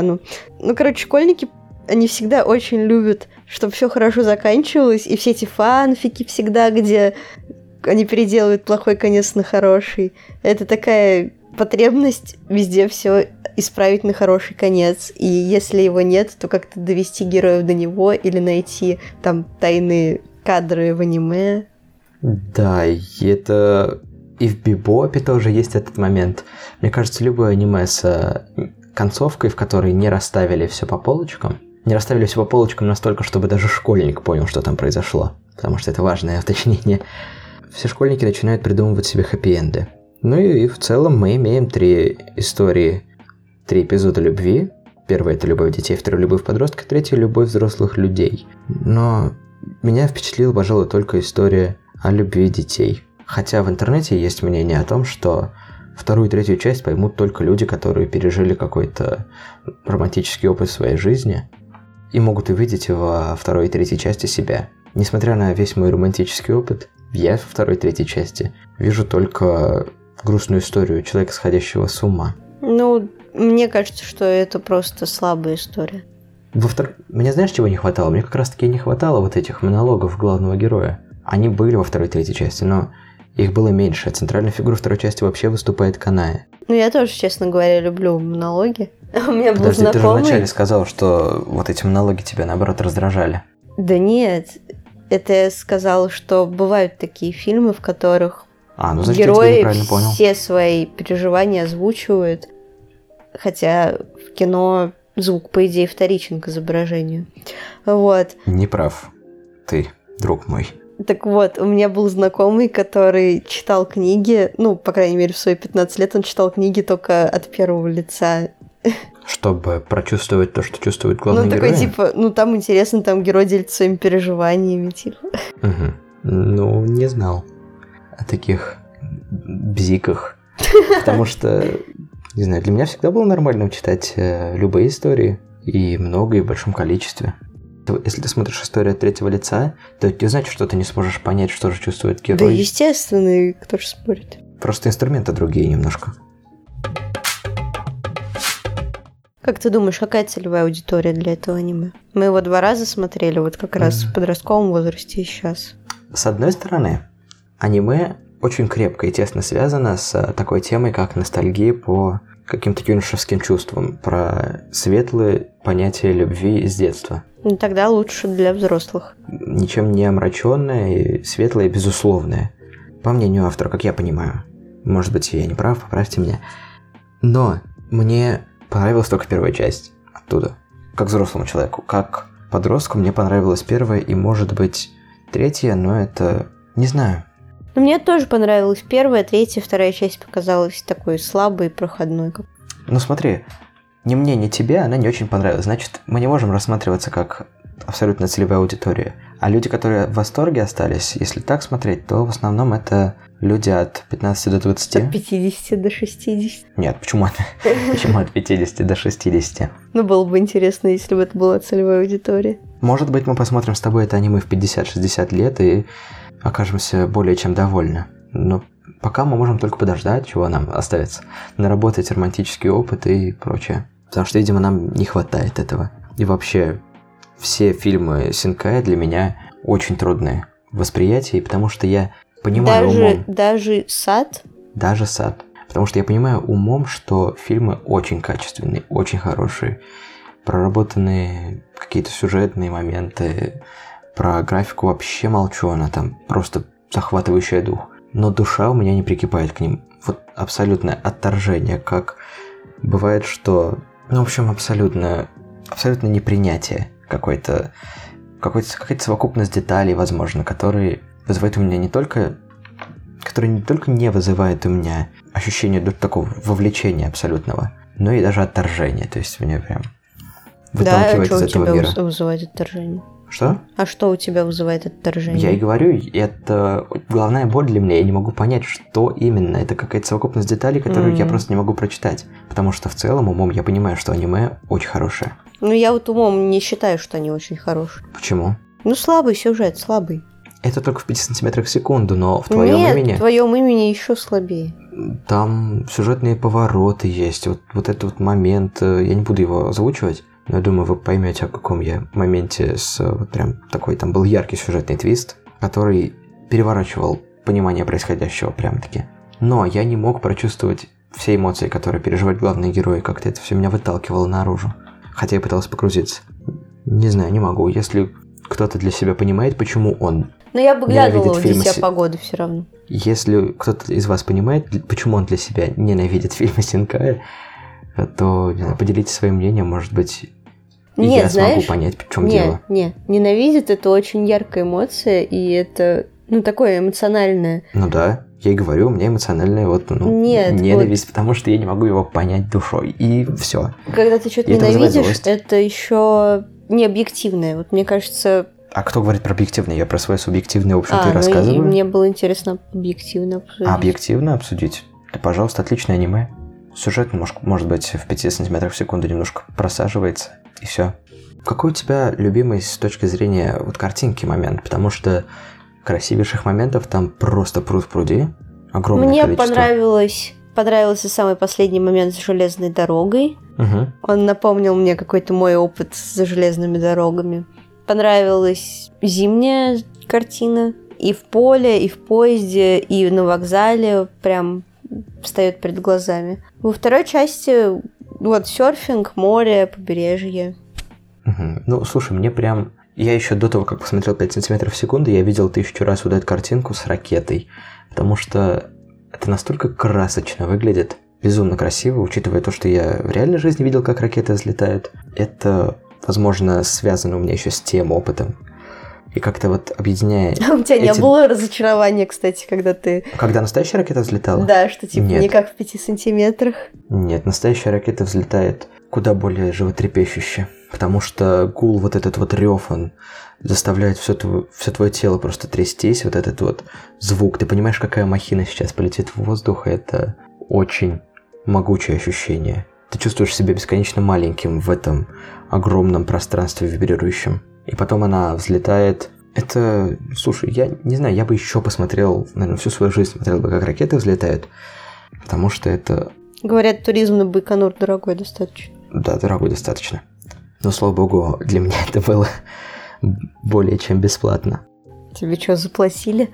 короче, школьники, они всегда очень любят, чтобы все хорошо заканчивалось. И все эти фанфики всегда, где они переделывают плохой конец на хороший. Это такая потребность везде все исправить на хороший конец. И если его нет, то как-то довести героев до него или найти там тайные кадры в аниме. Да, и это... И в Бибопе тоже есть этот момент. Мне кажется, любое аниме с концовкой, в которой не расставили все по полочкам, не расставили все по полочкам настолько, чтобы даже школьник понял, что там произошло. Потому что это важное уточнение. Все школьники начинают придумывать себе хэппи-энды. Ну и в целом мы имеем 3 истории, 3 эпизода любви. Первый — это любовь детей, второй — любовь подростков, третий — любовь взрослых людей. Но меня впечатлила, пожалуй, только история о любви детей. Хотя в интернете есть мнение о том, что вторую и третью часть поймут только люди, которые пережили какой-то романтический опыт в своей жизни и могут увидеть во второй и третьей части себя. Несмотря на весь мой романтический опыт, я во второй и третьей части вижу только грустную историю человека, сходящего с ума. Ну, мне кажется, что это просто слабая история. Мне знаешь, чего не хватало? Мне как раз-таки не хватало вот этих монологов главного героя. Они были во второй и третьей части, но их было меньше. Центральная фигура второй части вообще выступает Каная. Ну, я тоже, честно говоря, люблю монологи. У меня был Подожди, знакомый... ты же вначале сказал, что вот эти монологи тебя, наоборот, раздражали. Да нет, Это я сказала, что бывают такие фильмы, в которых значит, герои все свои переживания озвучивают, хотя в кино звук, по идее, вторичен к изображению. Вот. Не прав ты, друг мой. Так вот, у меня был знакомый, который читал книги, по крайней мере, в свои 15 лет он читал книги только от первого лица. Чтобы прочувствовать то, что чувствует главный герой? Такой, типа, там интересно, там герой делится своими переживаниями, типа. Угу. Не знал о таких бзиках. Потому что, не знаю, для меня всегда было нормально читать любые истории. И много, и в большом количестве. Если ты смотришь историю от третьего лица, то это не значит, что ты не сможешь понять, что же чувствует герой. Да, естественно, кто же спорит. Просто инструменты другие немножко. Как ты думаешь, какая целевая аудитория для этого аниме? Мы его 2 раза смотрели, вот как раз в подростковом возрасте и сейчас. С одной стороны, аниме очень крепко и тесно связано с такой темой, как ностальгия по каким-то юношеским чувствам, про светлые понятия любви с детства. Тогда лучше для взрослых. Ничем не омраченное и светлое, безусловное. По мнению автора, как я понимаю. Может быть, я не прав, поправьте меня. Но мне понравилась только первая часть оттуда. Как взрослому человеку. Как подростку мне понравилась первая и, может быть, третья, но это... не знаю. Мне тоже понравилась первая, третья, вторая часть показалась такой слабой и проходной. Смотри, ни мне, ни тебе она не очень понравилась. Значит, мы не можем рассматриваться как абсолютно целевая аудитория. А люди, которые в восторге остались, если так смотреть, то в основном это люди от 15 до 20. От 50 до 60. Нет, почему от 50 до 60? Было бы интересно, если бы это была целевая аудитория. Может быть, мы посмотрим с тобой это аниме в 50-60 лет и окажемся более чем довольны. Но пока мы можем только подождать, чего нам остается. Наработать романтический опыт и прочее. Потому что, видимо, нам не хватает этого. И вообще, все фильмы Синкая для меня очень трудные в восприятии, потому что я понимаю умом... Даже «Сад»? Даже «Сад». Потому что я понимаю умом, что фильмы очень качественные, очень хорошие. Проработанные какие-то сюжетные моменты. Про графику вообще молчу, она там просто захватывающая дух. Но душа у меня не прикипает к ним. Вот абсолютное отторжение, как бывает, что... в общем, абсолютно непринятие какой-то какая-то совокупность деталей, возможно, которые вызывают у меня которые не только не вызывают у меня ощущение такого вовлечения абсолютного, но и даже отторжения. То есть меня прям выталкивает из этого мира. Да, что у тебя вызывает отторжение? Что? А что у тебя вызывает отторжение? Я и говорю, это головная боль для меня. Я не могу понять, что именно. Это какая-то совокупность деталей, которую я просто не могу прочитать. Потому что в целом умом я понимаю, что аниме очень хорошее. Я вот умом не считаю, что они очень хорошие. Почему? Слабый сюжет, слабый. Это только в 5 сантиметрах в секунду, но в твоем имени... Нет, в твоем имени еще слабее. Там сюжетные повороты есть. Вот этот вот момент, я не буду его озвучивать, но я думаю, вы поймете, о каком я моменте с вот прям такой, там был яркий сюжетный твист, который переворачивал понимание происходящего прям-таки. Но я не мог прочувствовать все эмоции, которые переживают главные герои, как-то это все меня выталкивало наружу. Хотя я пытался погрузиться. Не знаю, не могу. Если кто-то для себя понимает, почему он я бы глянула в «Дитя погоды» все равно. Если кто-то из вас понимает, почему он для себя ненавидит фильмы Синкая, то, не знаю, поделитесь своим мнением, может быть, я смогу понять, в чем дело. Нет, ненавидит — это очень яркая эмоция, и это, такое эмоциональное. Да, я и говорю, у меня эмоциональная ненависть, потому что я не могу его понять душой, и все. Когда ты что-то ненавидишь, это еще не объективное. Вот мне кажется... А кто говорит про объективное? Я про свое субъективное, в общем-то, и рассказываю. Мне было интересно объективно обсудить. Объективно обсудить? Да, пожалуйста, отличное аниме. Сюжет, может быть, в 5 сантиметрах в секунду немножко просаживается, и все. Какой у тебя любимый с точки зрения картинки момент? Потому что красивейших моментов там просто пруд-пруди. Огромное количество. Мне понравился самый последний момент с железной дорогой. Угу. Он напомнил мне какой-то мой опыт с железными дорогами. Понравилась зимняя картина. И в поле, и в поезде, и на вокзале прям встает перед глазами. Во второй части серфинг, море, побережье. Угу. Слушай, мне прям Я еще до того, как посмотрел 5 сантиметров в секунду, я видел 1000 раз вот эту картинку с ракетой, потому что это настолько красочно выглядит, безумно красиво, учитывая то, что я в реальной жизни видел, как ракеты взлетают. Это, возможно, связано у меня еще с тем опытом. И как-то вот объединяя... А у тебя не было разочарования, кстати, когда ты... Когда настоящая ракета взлетала? Да, что типа Нет. не как в 5 сантиметрах. Нет, настоящая ракета взлетает куда более животрепещуще. Потому что гул, вот этот вот рев, он заставляет все твое тело просто трястись. Вот этот вот звук. Ты понимаешь, какая махина сейчас полетит в воздух. Это очень могучее ощущение. Ты чувствуешь себя бесконечно маленьким в этом огромном пространстве вибрирующем. И потом она взлетает. Это, слушай, я не знаю, я бы еще посмотрел, наверное, всю свою жизнь смотрел бы, как ракеты взлетают. Потому что это... Говорят, туризм на Байконур дорогой достаточно. Да, дорогой достаточно. Но, слава богу, для меня это было более чем бесплатно. Тебе что, заплатили?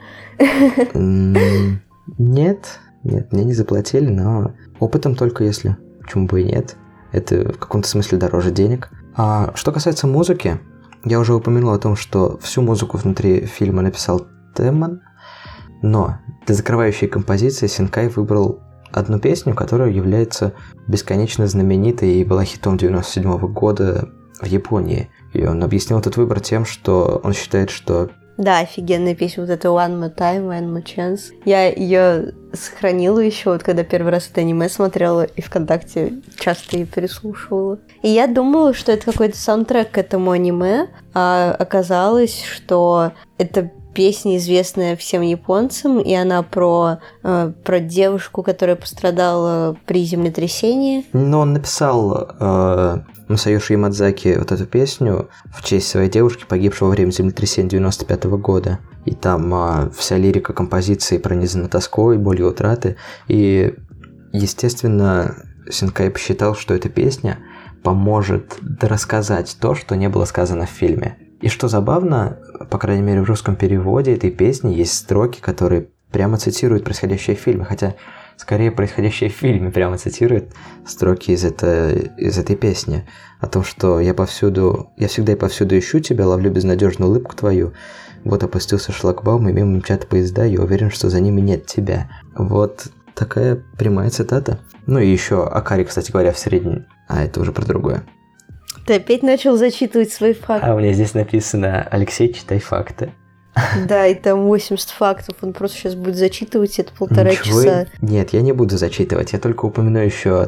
Нет, мне не заплатили, но опытом только если. Почему бы и нет? Это в каком-то смысле дороже денег. А что касается музыки, я уже упомянул о том, что всю музыку внутри фильма написал Тэммон, но для закрывающей композиции Синкай выбрал одну песню, которая является бесконечно знаменитой и была хитом 97 года в Японии. И он объяснил этот выбор тем, что он считает, что... Да, офигенная песня, вот это One More Time, One More Chance. Я ее сохранила еще, вот когда первый раз это аниме смотрела, и ВКонтакте часто ее переслушивала. И я думала, что это какой-то саундтрек к этому аниме, а оказалось, что это песня, известная всем японцам, и она про девушку, которая пострадала при землетрясении. Но он написал Масайоши Ямадзаки вот эту песню в честь своей девушки, погибшей во время землетрясения 95 года. И там вся лирика композиции пронизана тоской, болью утраты. И, естественно, Синкай посчитал, что эта песня поможет рассказать то, что не было сказано в фильме. И что забавно, по крайней мере в русском переводе этой песни есть строки, которые прямо цитируют происходящее в фильме, хотя скорее происходящее в фильме прямо цитирует строки из этой песни. О том, что я всегда и повсюду ищу тебя, ловлю безнадежную улыбку твою. Вот опустился шлагбаум, и мимо мчат поезда, я уверен, что за ними нет тебя. Вот такая прямая цитата. Ну и еще Акари, кстати говоря, в среднем. А это уже про другое. Ты опять начал зачитывать свои факты. А у меня здесь написано: Алексей, читай факты. Да, и там 80 фактов. Он просто сейчас будет зачитывать это 1,5 часа. Нет, я не буду зачитывать. Я только упомяну еще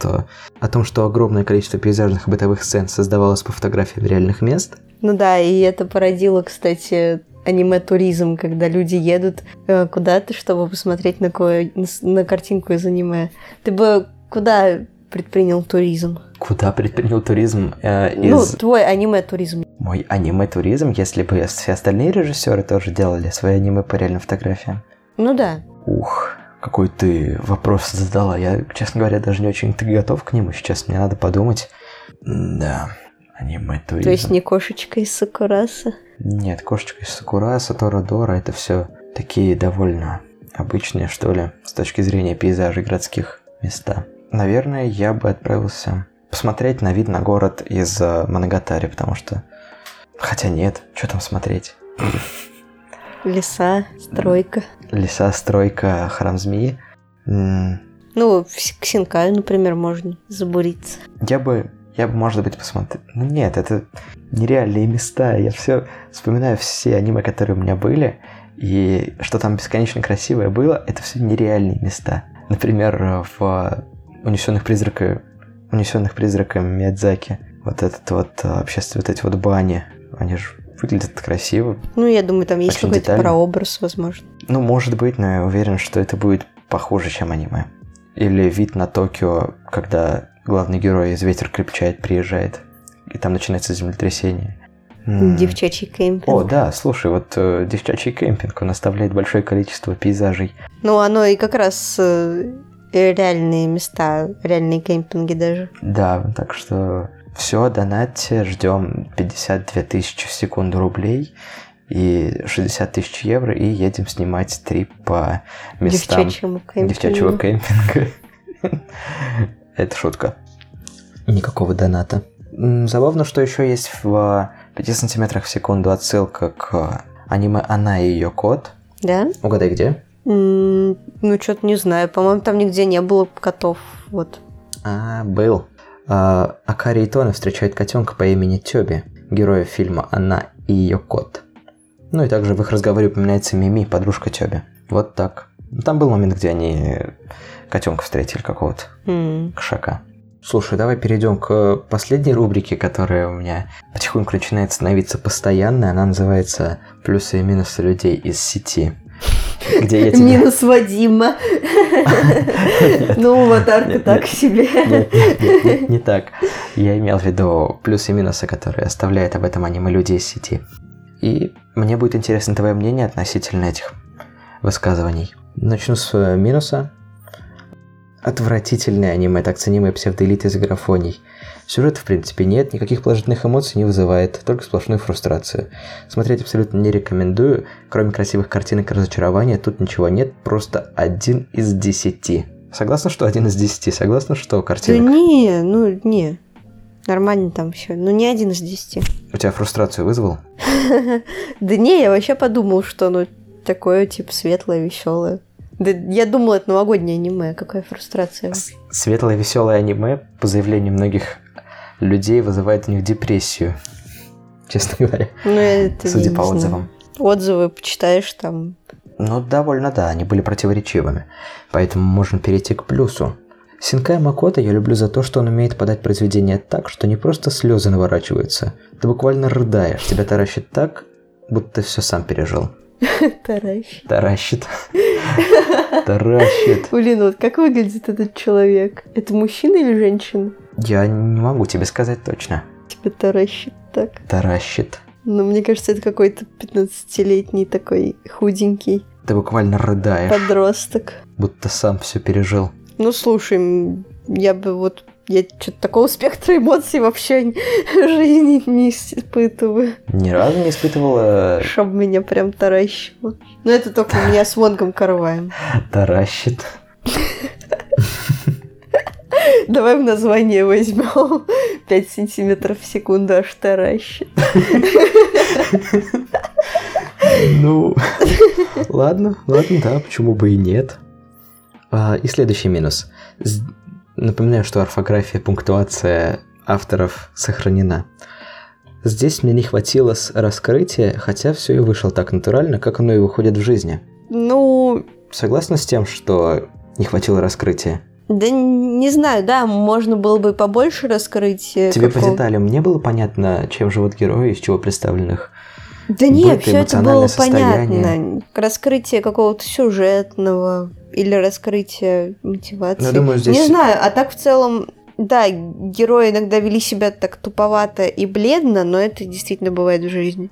о том, что огромное количество пейзажных и бытовых сцен создавалось по фотографиям реальных мест. Ну да, и это породило, кстати, аниме-туризм, когда люди едут куда-то, чтобы посмотреть на картинку из аниме. Ты бы куда предпринял туризм? Куда предпринял туризм? Ну, твой аниме-туризм. Мой аниме-туризм, если бы все остальные режиссеры тоже делали свои аниме по реальным фотографиям. Ну да. Ух, какой ты вопрос задала. Я, честно говоря, даже не очень-то готов к нему. Сейчас мне надо подумать. Да, аниме-туризм. То есть не кошечка из Сакураса? Нет, кошечка из Сакураса, Торадора, это все такие довольно обычные, что ли, с точки зрения пейзажей городских места. Наверное, я бы отправился посмотреть на вид на город из Моногатари, потому что... Хотя нет, что там смотреть? Леса, стройка. Леса, стройка, храм змеи. Ну, к Синкаю, например, можно забуриться. Я бы, может быть, посмотрел... Ну нет, это нереальные места. Я все вспоминаю все аниме, которые у меня были, и что там бесконечно красивое было, это все нереальные места. Например, в «Унесенных призраками» Миядзаки. Вот этот вот общество, вот эти вот бани, они же выглядят красиво. Ну, я думаю, там есть какой-то детально. прообраз, возможно. Ну, может быть, но я уверен, что это будет похуже, чем аниме. Или вид на Токио, когда главный герой из «Ветер крепчает» приезжает, и там начинается землетрясение. Девчачий кемпинг. О, да, слушай, вот девчачий кемпинг, он оставляет большое количество пейзажей. Ну, оно и как раз реальные места, реальные кемпинги даже. Да, так что все, донатьте, ждем 52 тысячи в секунду рублей и 60 тысяч евро, и едем снимать трип по местам девчачьего кемпинга. Это шутка. Никакого доната. Забавно, что еще есть в 5 сантиметрах в секунду отсылка к аниме «Она и ее кот». Да? Угадай, где? Ну, что-то не знаю. По-моему, там нигде не было котов. Вот. Был. Акари Итоно встречает котенка по имени Тёби, героя фильма «Она и ее кот». Ну и также в их разговоре упоминается Мими, подружка Тёби. Вот так. Там был момент, где они котенка встретили какого-то. Кошака. Слушай, давай перейдем к последней рубрике, которая у меня потихоньку начинает становиться постоянной. Она называется «Плюсы и минусы людей из сети». Где я тебе... Минус Вадима. Ну, аватарка так себе. Нет, не так. Я имел в виду плюсы и минусы, которые оставляют об этом аниме люди из сети. И мне будет интересно твое мнение относительно этих высказываний. Начну с минуса. Отвратительное аниме, так ценимое псевдоэлитой из графоний. Сюжета, в принципе, нет, никаких положительных эмоций не вызывает, только сплошную фрустрацию. Смотреть абсолютно не рекомендую, кроме красивых картинок и разочарования, тут ничего нет, просто 1 из 10. Согласна, что 1 из 10? Согласна, что картинок? Да не. Нормально там все. Ну, не 1 из 10. У тебя фрустрацию вызвал? Да не, я вообще подумал, что оно такое, типа, светлое, веселое. Да я думала, это новогоднее аниме, какая фрустрация. Светлое, веселое аниме, по заявлению многих людей, вызывает у них депрессию. Честно говоря. Ну, это судя по отзывам. Отзывы почитаешь там. Ну, довольно, да, они были противоречивыми. Поэтому можно перейти к плюсу. Синкая Макото я люблю за то, что он умеет подать произведение так, что не просто слезы наворачиваются. Ты буквально рыдаешь, тебя таращит так, будто все сам пережил. Таращит. Блин, вот как выглядит этот человек? Это мужчина или женщина? Я не могу тебе сказать точно. Тебя таращит так. Таращит. Ну, мне кажется, это какой-то 15-летний такой худенький. Ты буквально рыдаешь. Подросток. Будто сам все пережил. Ну, слушай, я что-то такого спектра эмоций вообще в жизни не испытываю. Ни разу не испытывала... Чтоб меня прям таращило. Ну, это только у меня с Вонгом Карваем. Таращит. Давай в название возьмем 5 сантиметров в секунду аж таращит. Ну, ладно, да, почему бы и нет. И следующий минус. Напоминаю, что орфография, пунктуация авторов сохранена. Здесь мне не хватило раскрытия, хотя все и вышло так натурально, как оно и выходит в жизни. Ну... Согласна с тем, что не хватило раскрытия? Да не знаю, да, можно было бы побольше раскрыть. Тебе по деталям не было понятно, чем живут герои, из чего представленных? Да нет, все это было понятно. Раскрытие какого-то сюжетного или раскрытие мотивации. Я думаю, здесь... Не знаю, а так в целом, да, герои иногда вели себя так туповато и бледно, но это действительно бывает в жизни.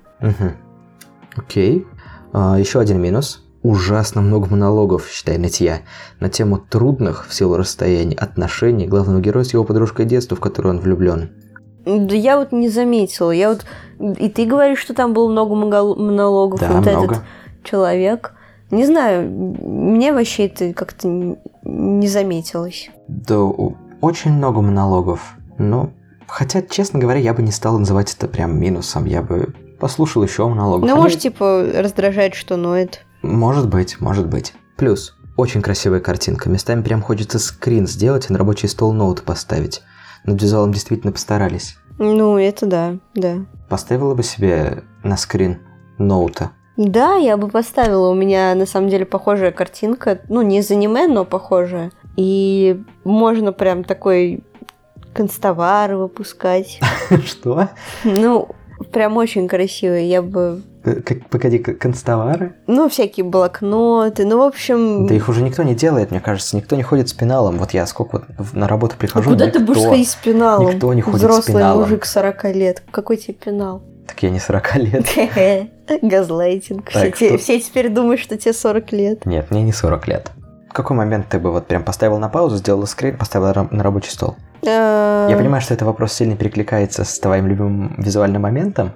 Окей. Еще один минус. Ужасно много монологов, считай, нытья, на тему трудных в силу расстояния отношений главного героя с его подружкой детства, в которую он влюблен. Да я вот не заметила. И ты говоришь, что там было много монологов. Да, вот много. Этот человек. Не знаю, мне вообще это как-то не заметилось. Да, очень много монологов. Но, хотя, честно говоря, я бы не стал называть это прям минусом. Я бы послушал еще монологов. Ну, может, типа, раздражает, что ноет. Может быть. Плюс, очень красивая картинка. Местами прям хочется скрин сделать и на рабочий стол ноут поставить. Над визуалом действительно постарались. Ну, это да. Поставила бы себе на скрин ноута? Да, я бы поставила. У меня, на самом деле, похожая картинка. Ну, не из аниме, но похожая. И можно прям такой констовар выпускать. Что? Ну, прям очень красивый. Я бы... Погоди, констовары? Ну, всякие блокноты, ну, в общем... Да их уже никто не делает, мне кажется, никто не ходит с пеналом. Вот я сколько вот на работу прихожу, куда ты будешь ходить с пеналом? Никто не ходит Взрослый с пеналом. мужик 40 лет, какой тебе пенал? Так я не 40 лет. Газлайтинг. Все теперь думают, что тебе 40 лет. Нет, мне не 40 лет. В какой момент ты бы вот прям поставил на паузу, сделала скрин, поставила на рабочий стол? Я понимаю, что этот вопрос сильно перекликается с твоим любимым визуальным моментом,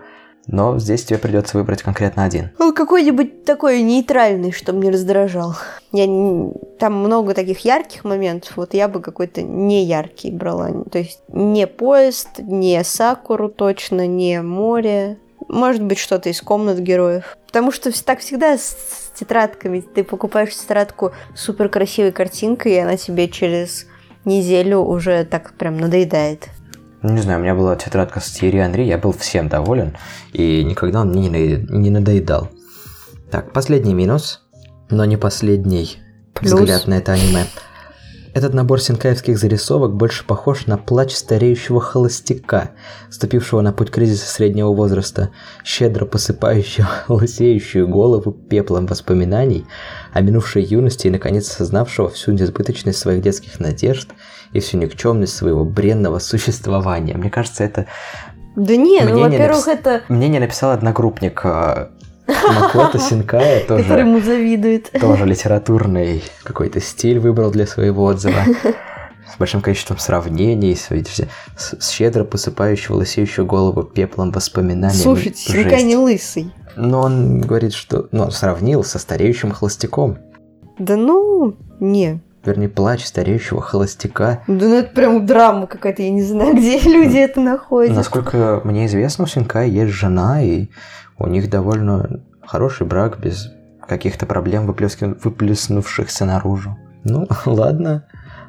Но здесь тебе придется выбрать конкретно один. Ну, какой-нибудь такой нейтральный, чтобы не раздражал. Там много таких ярких моментов, вот я бы какой-то не яркий брала. То есть не поезд, не Сакуру точно, не море. Может быть, что-то из комнат героев. Потому что так всегда с тетрадками. Ты покупаешь тетрадку с супер красивой картинкой, и она тебе через неделю уже так прям надоедает. Не знаю, у меня была тетрадка с Тьерри Анри, я был всем доволен, и никогда он мне не надоедал. Так, последний минус, но не последний взгляд на это аниме. Этот набор синкаевских зарисовок больше похож на плач стареющего холостяка, ступившего на путь кризиса среднего возраста, щедро посыпающего лысеющую голову пеплом воспоминаний о минувшей юности и, наконец, осознавшего всю несбыточность своих детских надежд и всю никчемность своего бренного существования. Мне кажется, это... Да нет, ну, во-первых, это... Мнение написал одногруппник Макото Синкая, тоже... Который ему завидует. Тоже литературный какой-то стиль выбрал для своего отзыва. С большим количеством сравнений, с щедро посыпающего лысеющую голову пеплом воспоминаний. Слушайте, Синкай не лысый. Но он говорит, что... Ну, он сравнил со стареющим холостяком. Да ну, не. Вернее, плач стареющего холостяка. Да ну это прям драма какая-то, я не знаю, где люди это находят. Насколько мне известно, у Синкая есть жена, и у них довольно хороший брак, без каких-то проблем, выплеснувшихся наружу. Ну, ладно.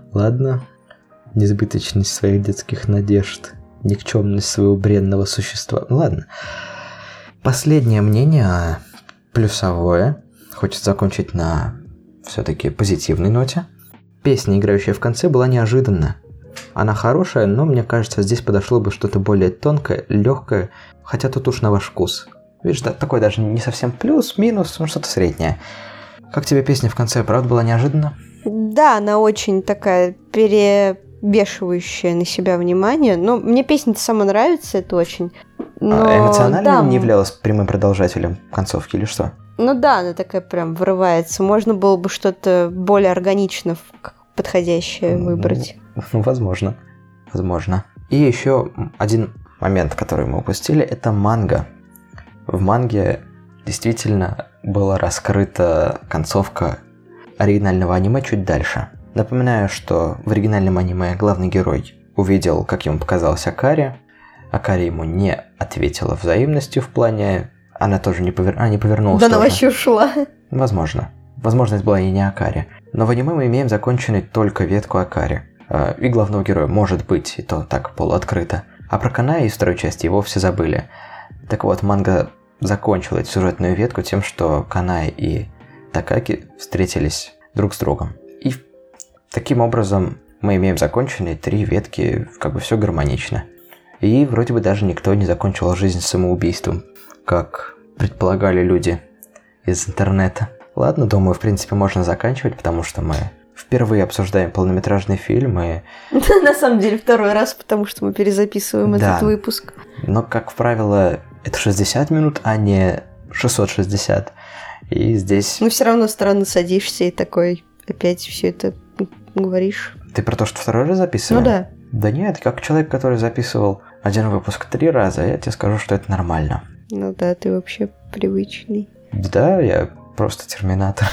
Несбыточность своих детских надежд, никчемность своего бренного существа. Ну, ладно. Последнее мнение, плюсовое. Хочется закончить на все-таки позитивной ноте. Песня, играющая в конце, была неожиданна. Она хорошая, но мне кажется, здесь подошло бы что-то более тонкое, легкое, хотя тут уж на ваш вкус. Видишь, да, такой даже не совсем плюс, минус, ну что-то среднее. Как тебе песня в конце, правда, была неожиданна? Да, она очень такая перебешивающая на себя внимание. Но мне песня-то сама нравится, это очень. Но эмоционально да, не являлась прямым продолжателем концовки или что? Ну да, она такая прям врывается. Можно было бы что-то более органично подходящее выбрать. Ну, возможно. И еще один момент, который мы упустили, это манга. В манге действительно была раскрыта концовка оригинального аниме чуть дальше. Напоминаю, что в оригинальном аниме главный герой увидел, как ему показалась Акари. Акари ему не ответила взаимностью в плане... Она тоже не повернулась. Да она вообще ушла. Возможно. Возможность была и не Акари. Но в аниме мы имеем законченной только ветку Акари. И главного героя может быть, и то так полуоткрыто. А про Канаи из второй части и вовсе забыли. Так вот, манга закончила эту сюжетную ветку тем, что Канаи и Такаки встретились друг с другом. И таким образом мы имеем законченные 3 ветки, как бы все гармонично. И вроде бы даже никто не закончил жизнь самоубийством, как предполагали люди из интернета. Ладно, думаю, в принципе, можно заканчивать, потому что мы впервые обсуждаем полнометражный фильм и... На самом деле, второй раз, потому что мы перезаписываем этот выпуск. Но, как правило, это 60 минут, а не 660. И здесь... Но все равно странно садишься и такой опять все это говоришь. Ты про то, что второй раз записываем? Ну да. Да нет, как человек, который записывал один выпуск 3 раза, я тебе скажу, что это нормально. Ну да, ты вообще привычный. Да, я просто терминатор.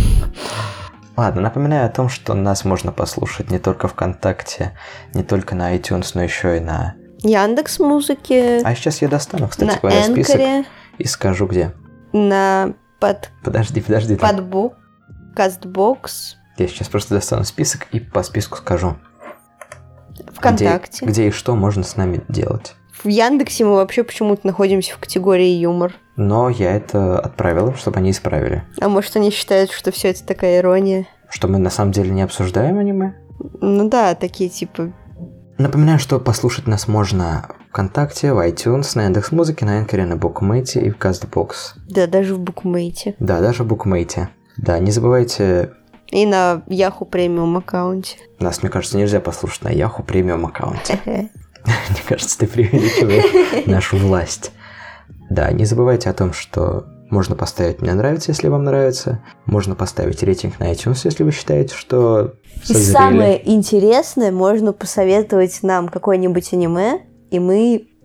Ладно, напоминаю о том, что нас можно послушать не только ВКонтакте, не только на iTunes, но еще и на... Яндекс.Музыке. А сейчас я достану, кстати говоря, список и скажу где. На Подожди. Подбук, Кастбокс. Я сейчас просто достану список и по списку скажу. ВКонтакте. Где и что можно с нами делать. В Яндексе мы вообще почему-то находимся в категории юмор. Но я это отправил им, чтобы они исправили. А может, они считают, что все это такая ирония? Что мы на самом деле не обсуждаем аниме? Ну да, такие типа... Напоминаю, что послушать нас можно ВКонтакте, в iTunes, на Яндекс.Музыке, на Anchor, на Букмейте и в Castbox. Да, даже в Букмейте. Да, даже в Букмейте. Да, не забывайте... И на Yahoo премиум аккаунте. Нас, мне кажется, нельзя послушать на Yahoo премиум аккаунте. Мне кажется, ты преувеличиваешь нашу власть. Да, не забывайте о том, что можно поставить «Мне нравится», если вам нравится. Можно поставить рейтинг на iTunes, если вы считаете, что созрели. И самое интересное, можно посоветовать нам какое-нибудь аниме, и мы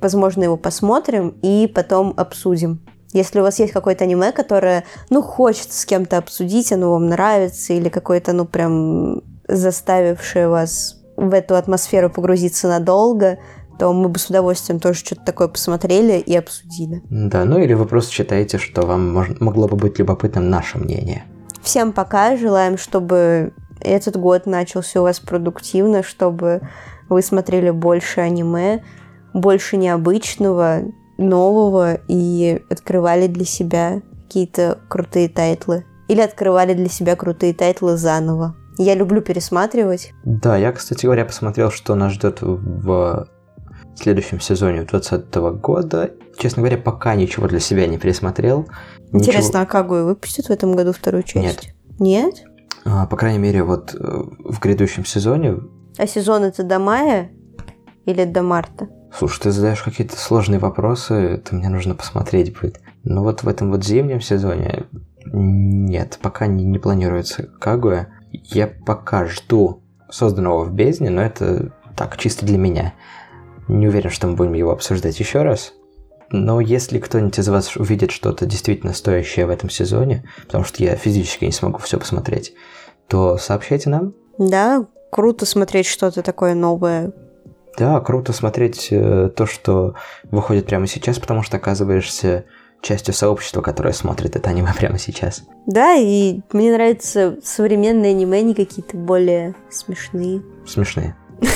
возможно, его посмотрим и потом обсудим. Если у вас есть какое-то аниме, которое, хочется с кем-то обсудить, оно вам нравится, или какое-то, прям заставившее вас в эту атмосферу погрузиться надолго, то мы бы с удовольствием тоже что-то такое посмотрели и обсудили. Да, или вы просто считаете, что вам могло бы быть любопытным наше мнение. Всем пока, желаем, чтобы этот год начался у вас продуктивно, чтобы вы смотрели больше аниме, больше необычного, нового и открывали для себя какие-то крутые тайтлы. Или открывали для себя крутые тайтлы заново. Я люблю пересматривать. Да, я, кстати говоря, посмотрел, что нас ждет в следующем сезоне 2020 года. Честно говоря, пока ничего для себя не пересмотрел. Интересно, а Кагуя выпустят в этом году вторую часть? Нет? По крайней мере, вот в грядущем сезоне. А сезон это до мая или до марта? Слушай, ты задаешь какие-то сложные вопросы, это мне нужно посмотреть будет. Но вот в этом вот зимнем сезоне нет, пока не планируется Кагуя. Я пока жду созданного в бездне, но это так, чисто для меня. Не уверен, что мы будем его обсуждать еще раз. Но если кто-нибудь из вас увидит что-то действительно стоящее в этом сезоне, потому что я физически не смогу все посмотреть, то сообщайте нам. Да, круто смотреть что-то такое новое. Да, круто смотреть то, что выходит прямо сейчас, потому что оказываешься частью сообщества, которое смотрит это аниме прямо сейчас. Да, и мне нравятся современные аниме, они какие-то более смешные. Смешные.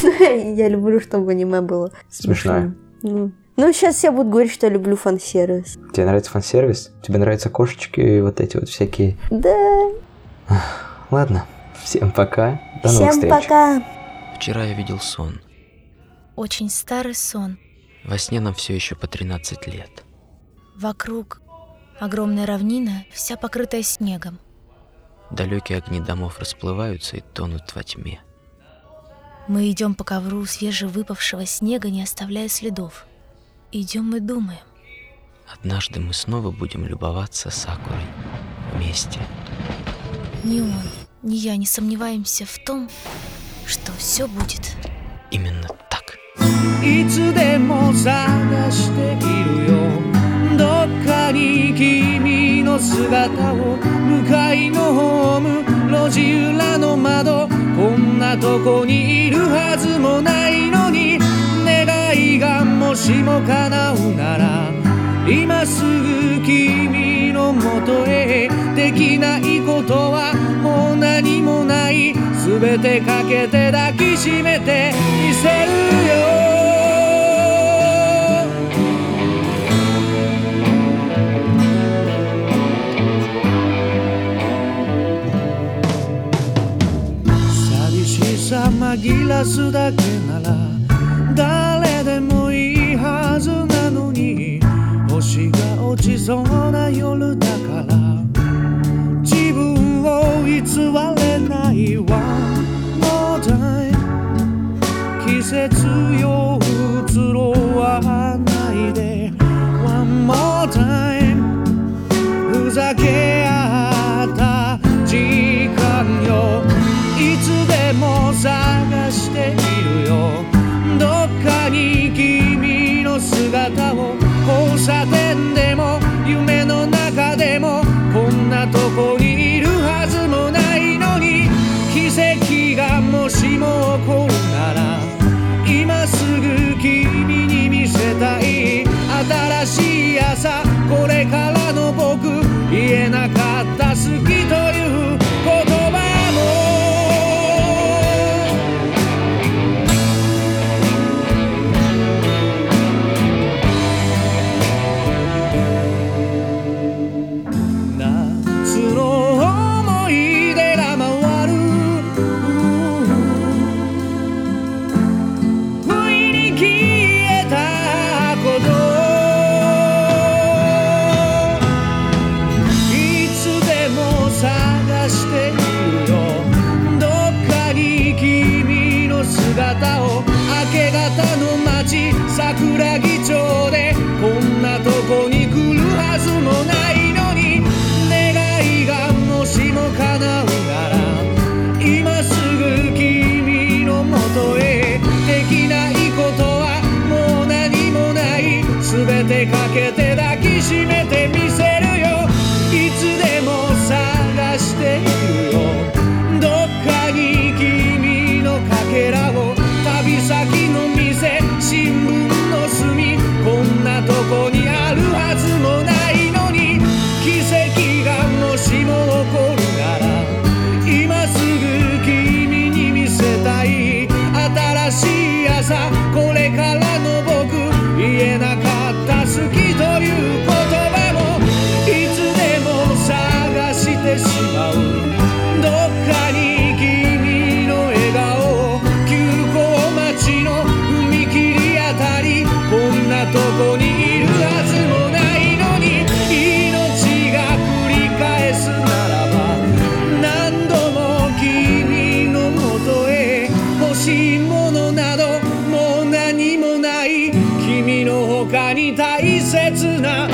Я люблю, чтобы аниме было смешное. Сейчас все будут говорить, что я люблю фан-сервис. Тебе нравится фан-сервис? Тебе нравятся кошечки и вот эти вот всякие? Да. Ладно, всем пока. До новых встреч. Всем пока. Вчера я видел сон. Очень старый сон. Во сне нам все еще по 13 лет. Вокруг огромная равнина, вся покрытая снегом. Далекие огни домов расплываются и тонут во тьме. Мы идем по ковру свежевыпавшего снега, не оставляя следов. Идем и думаем. Однажды мы снова будем любоваться Сакурой вместе. Ни он, ни я не сомневаемся в том, что все будет именно так. いつでも探しているよどっかに君の姿を向かいのホーム路地裏の窓こんなとこにいるはずもないのに願いがもしも叶うなら今すぐ君のもとへできないことはもう何もない全てかけて抱きしめてみせるよ紛らすだけなら誰でもいいはずなのに星が落ちそうな夜だから自分を偽れないOne more time季節よ移ろわないでOne more timeふざけ合った時間よいつでも探しているよどっかに君の姿を交差点でも夢の中でもこんなとこにいるはずもないのに奇跡がもしも起こるなら今すぐ君に見せたい新しい朝これからの僕言えなかった好きという言葉も桜木町でこんなとこに来るはずもないのに願いがもしも叶うなら今すぐ君のもとへできないことはもう何もないしい朝これからの僕言えなかった好きという言葉もいつでも探してしまうどっかに君の笑顔急行待ちの踏切あたりこんなとこにいるはずもないのに命が繰り返すならば何度も君のもとへ欲しいものなどもう何もない君の他に大切な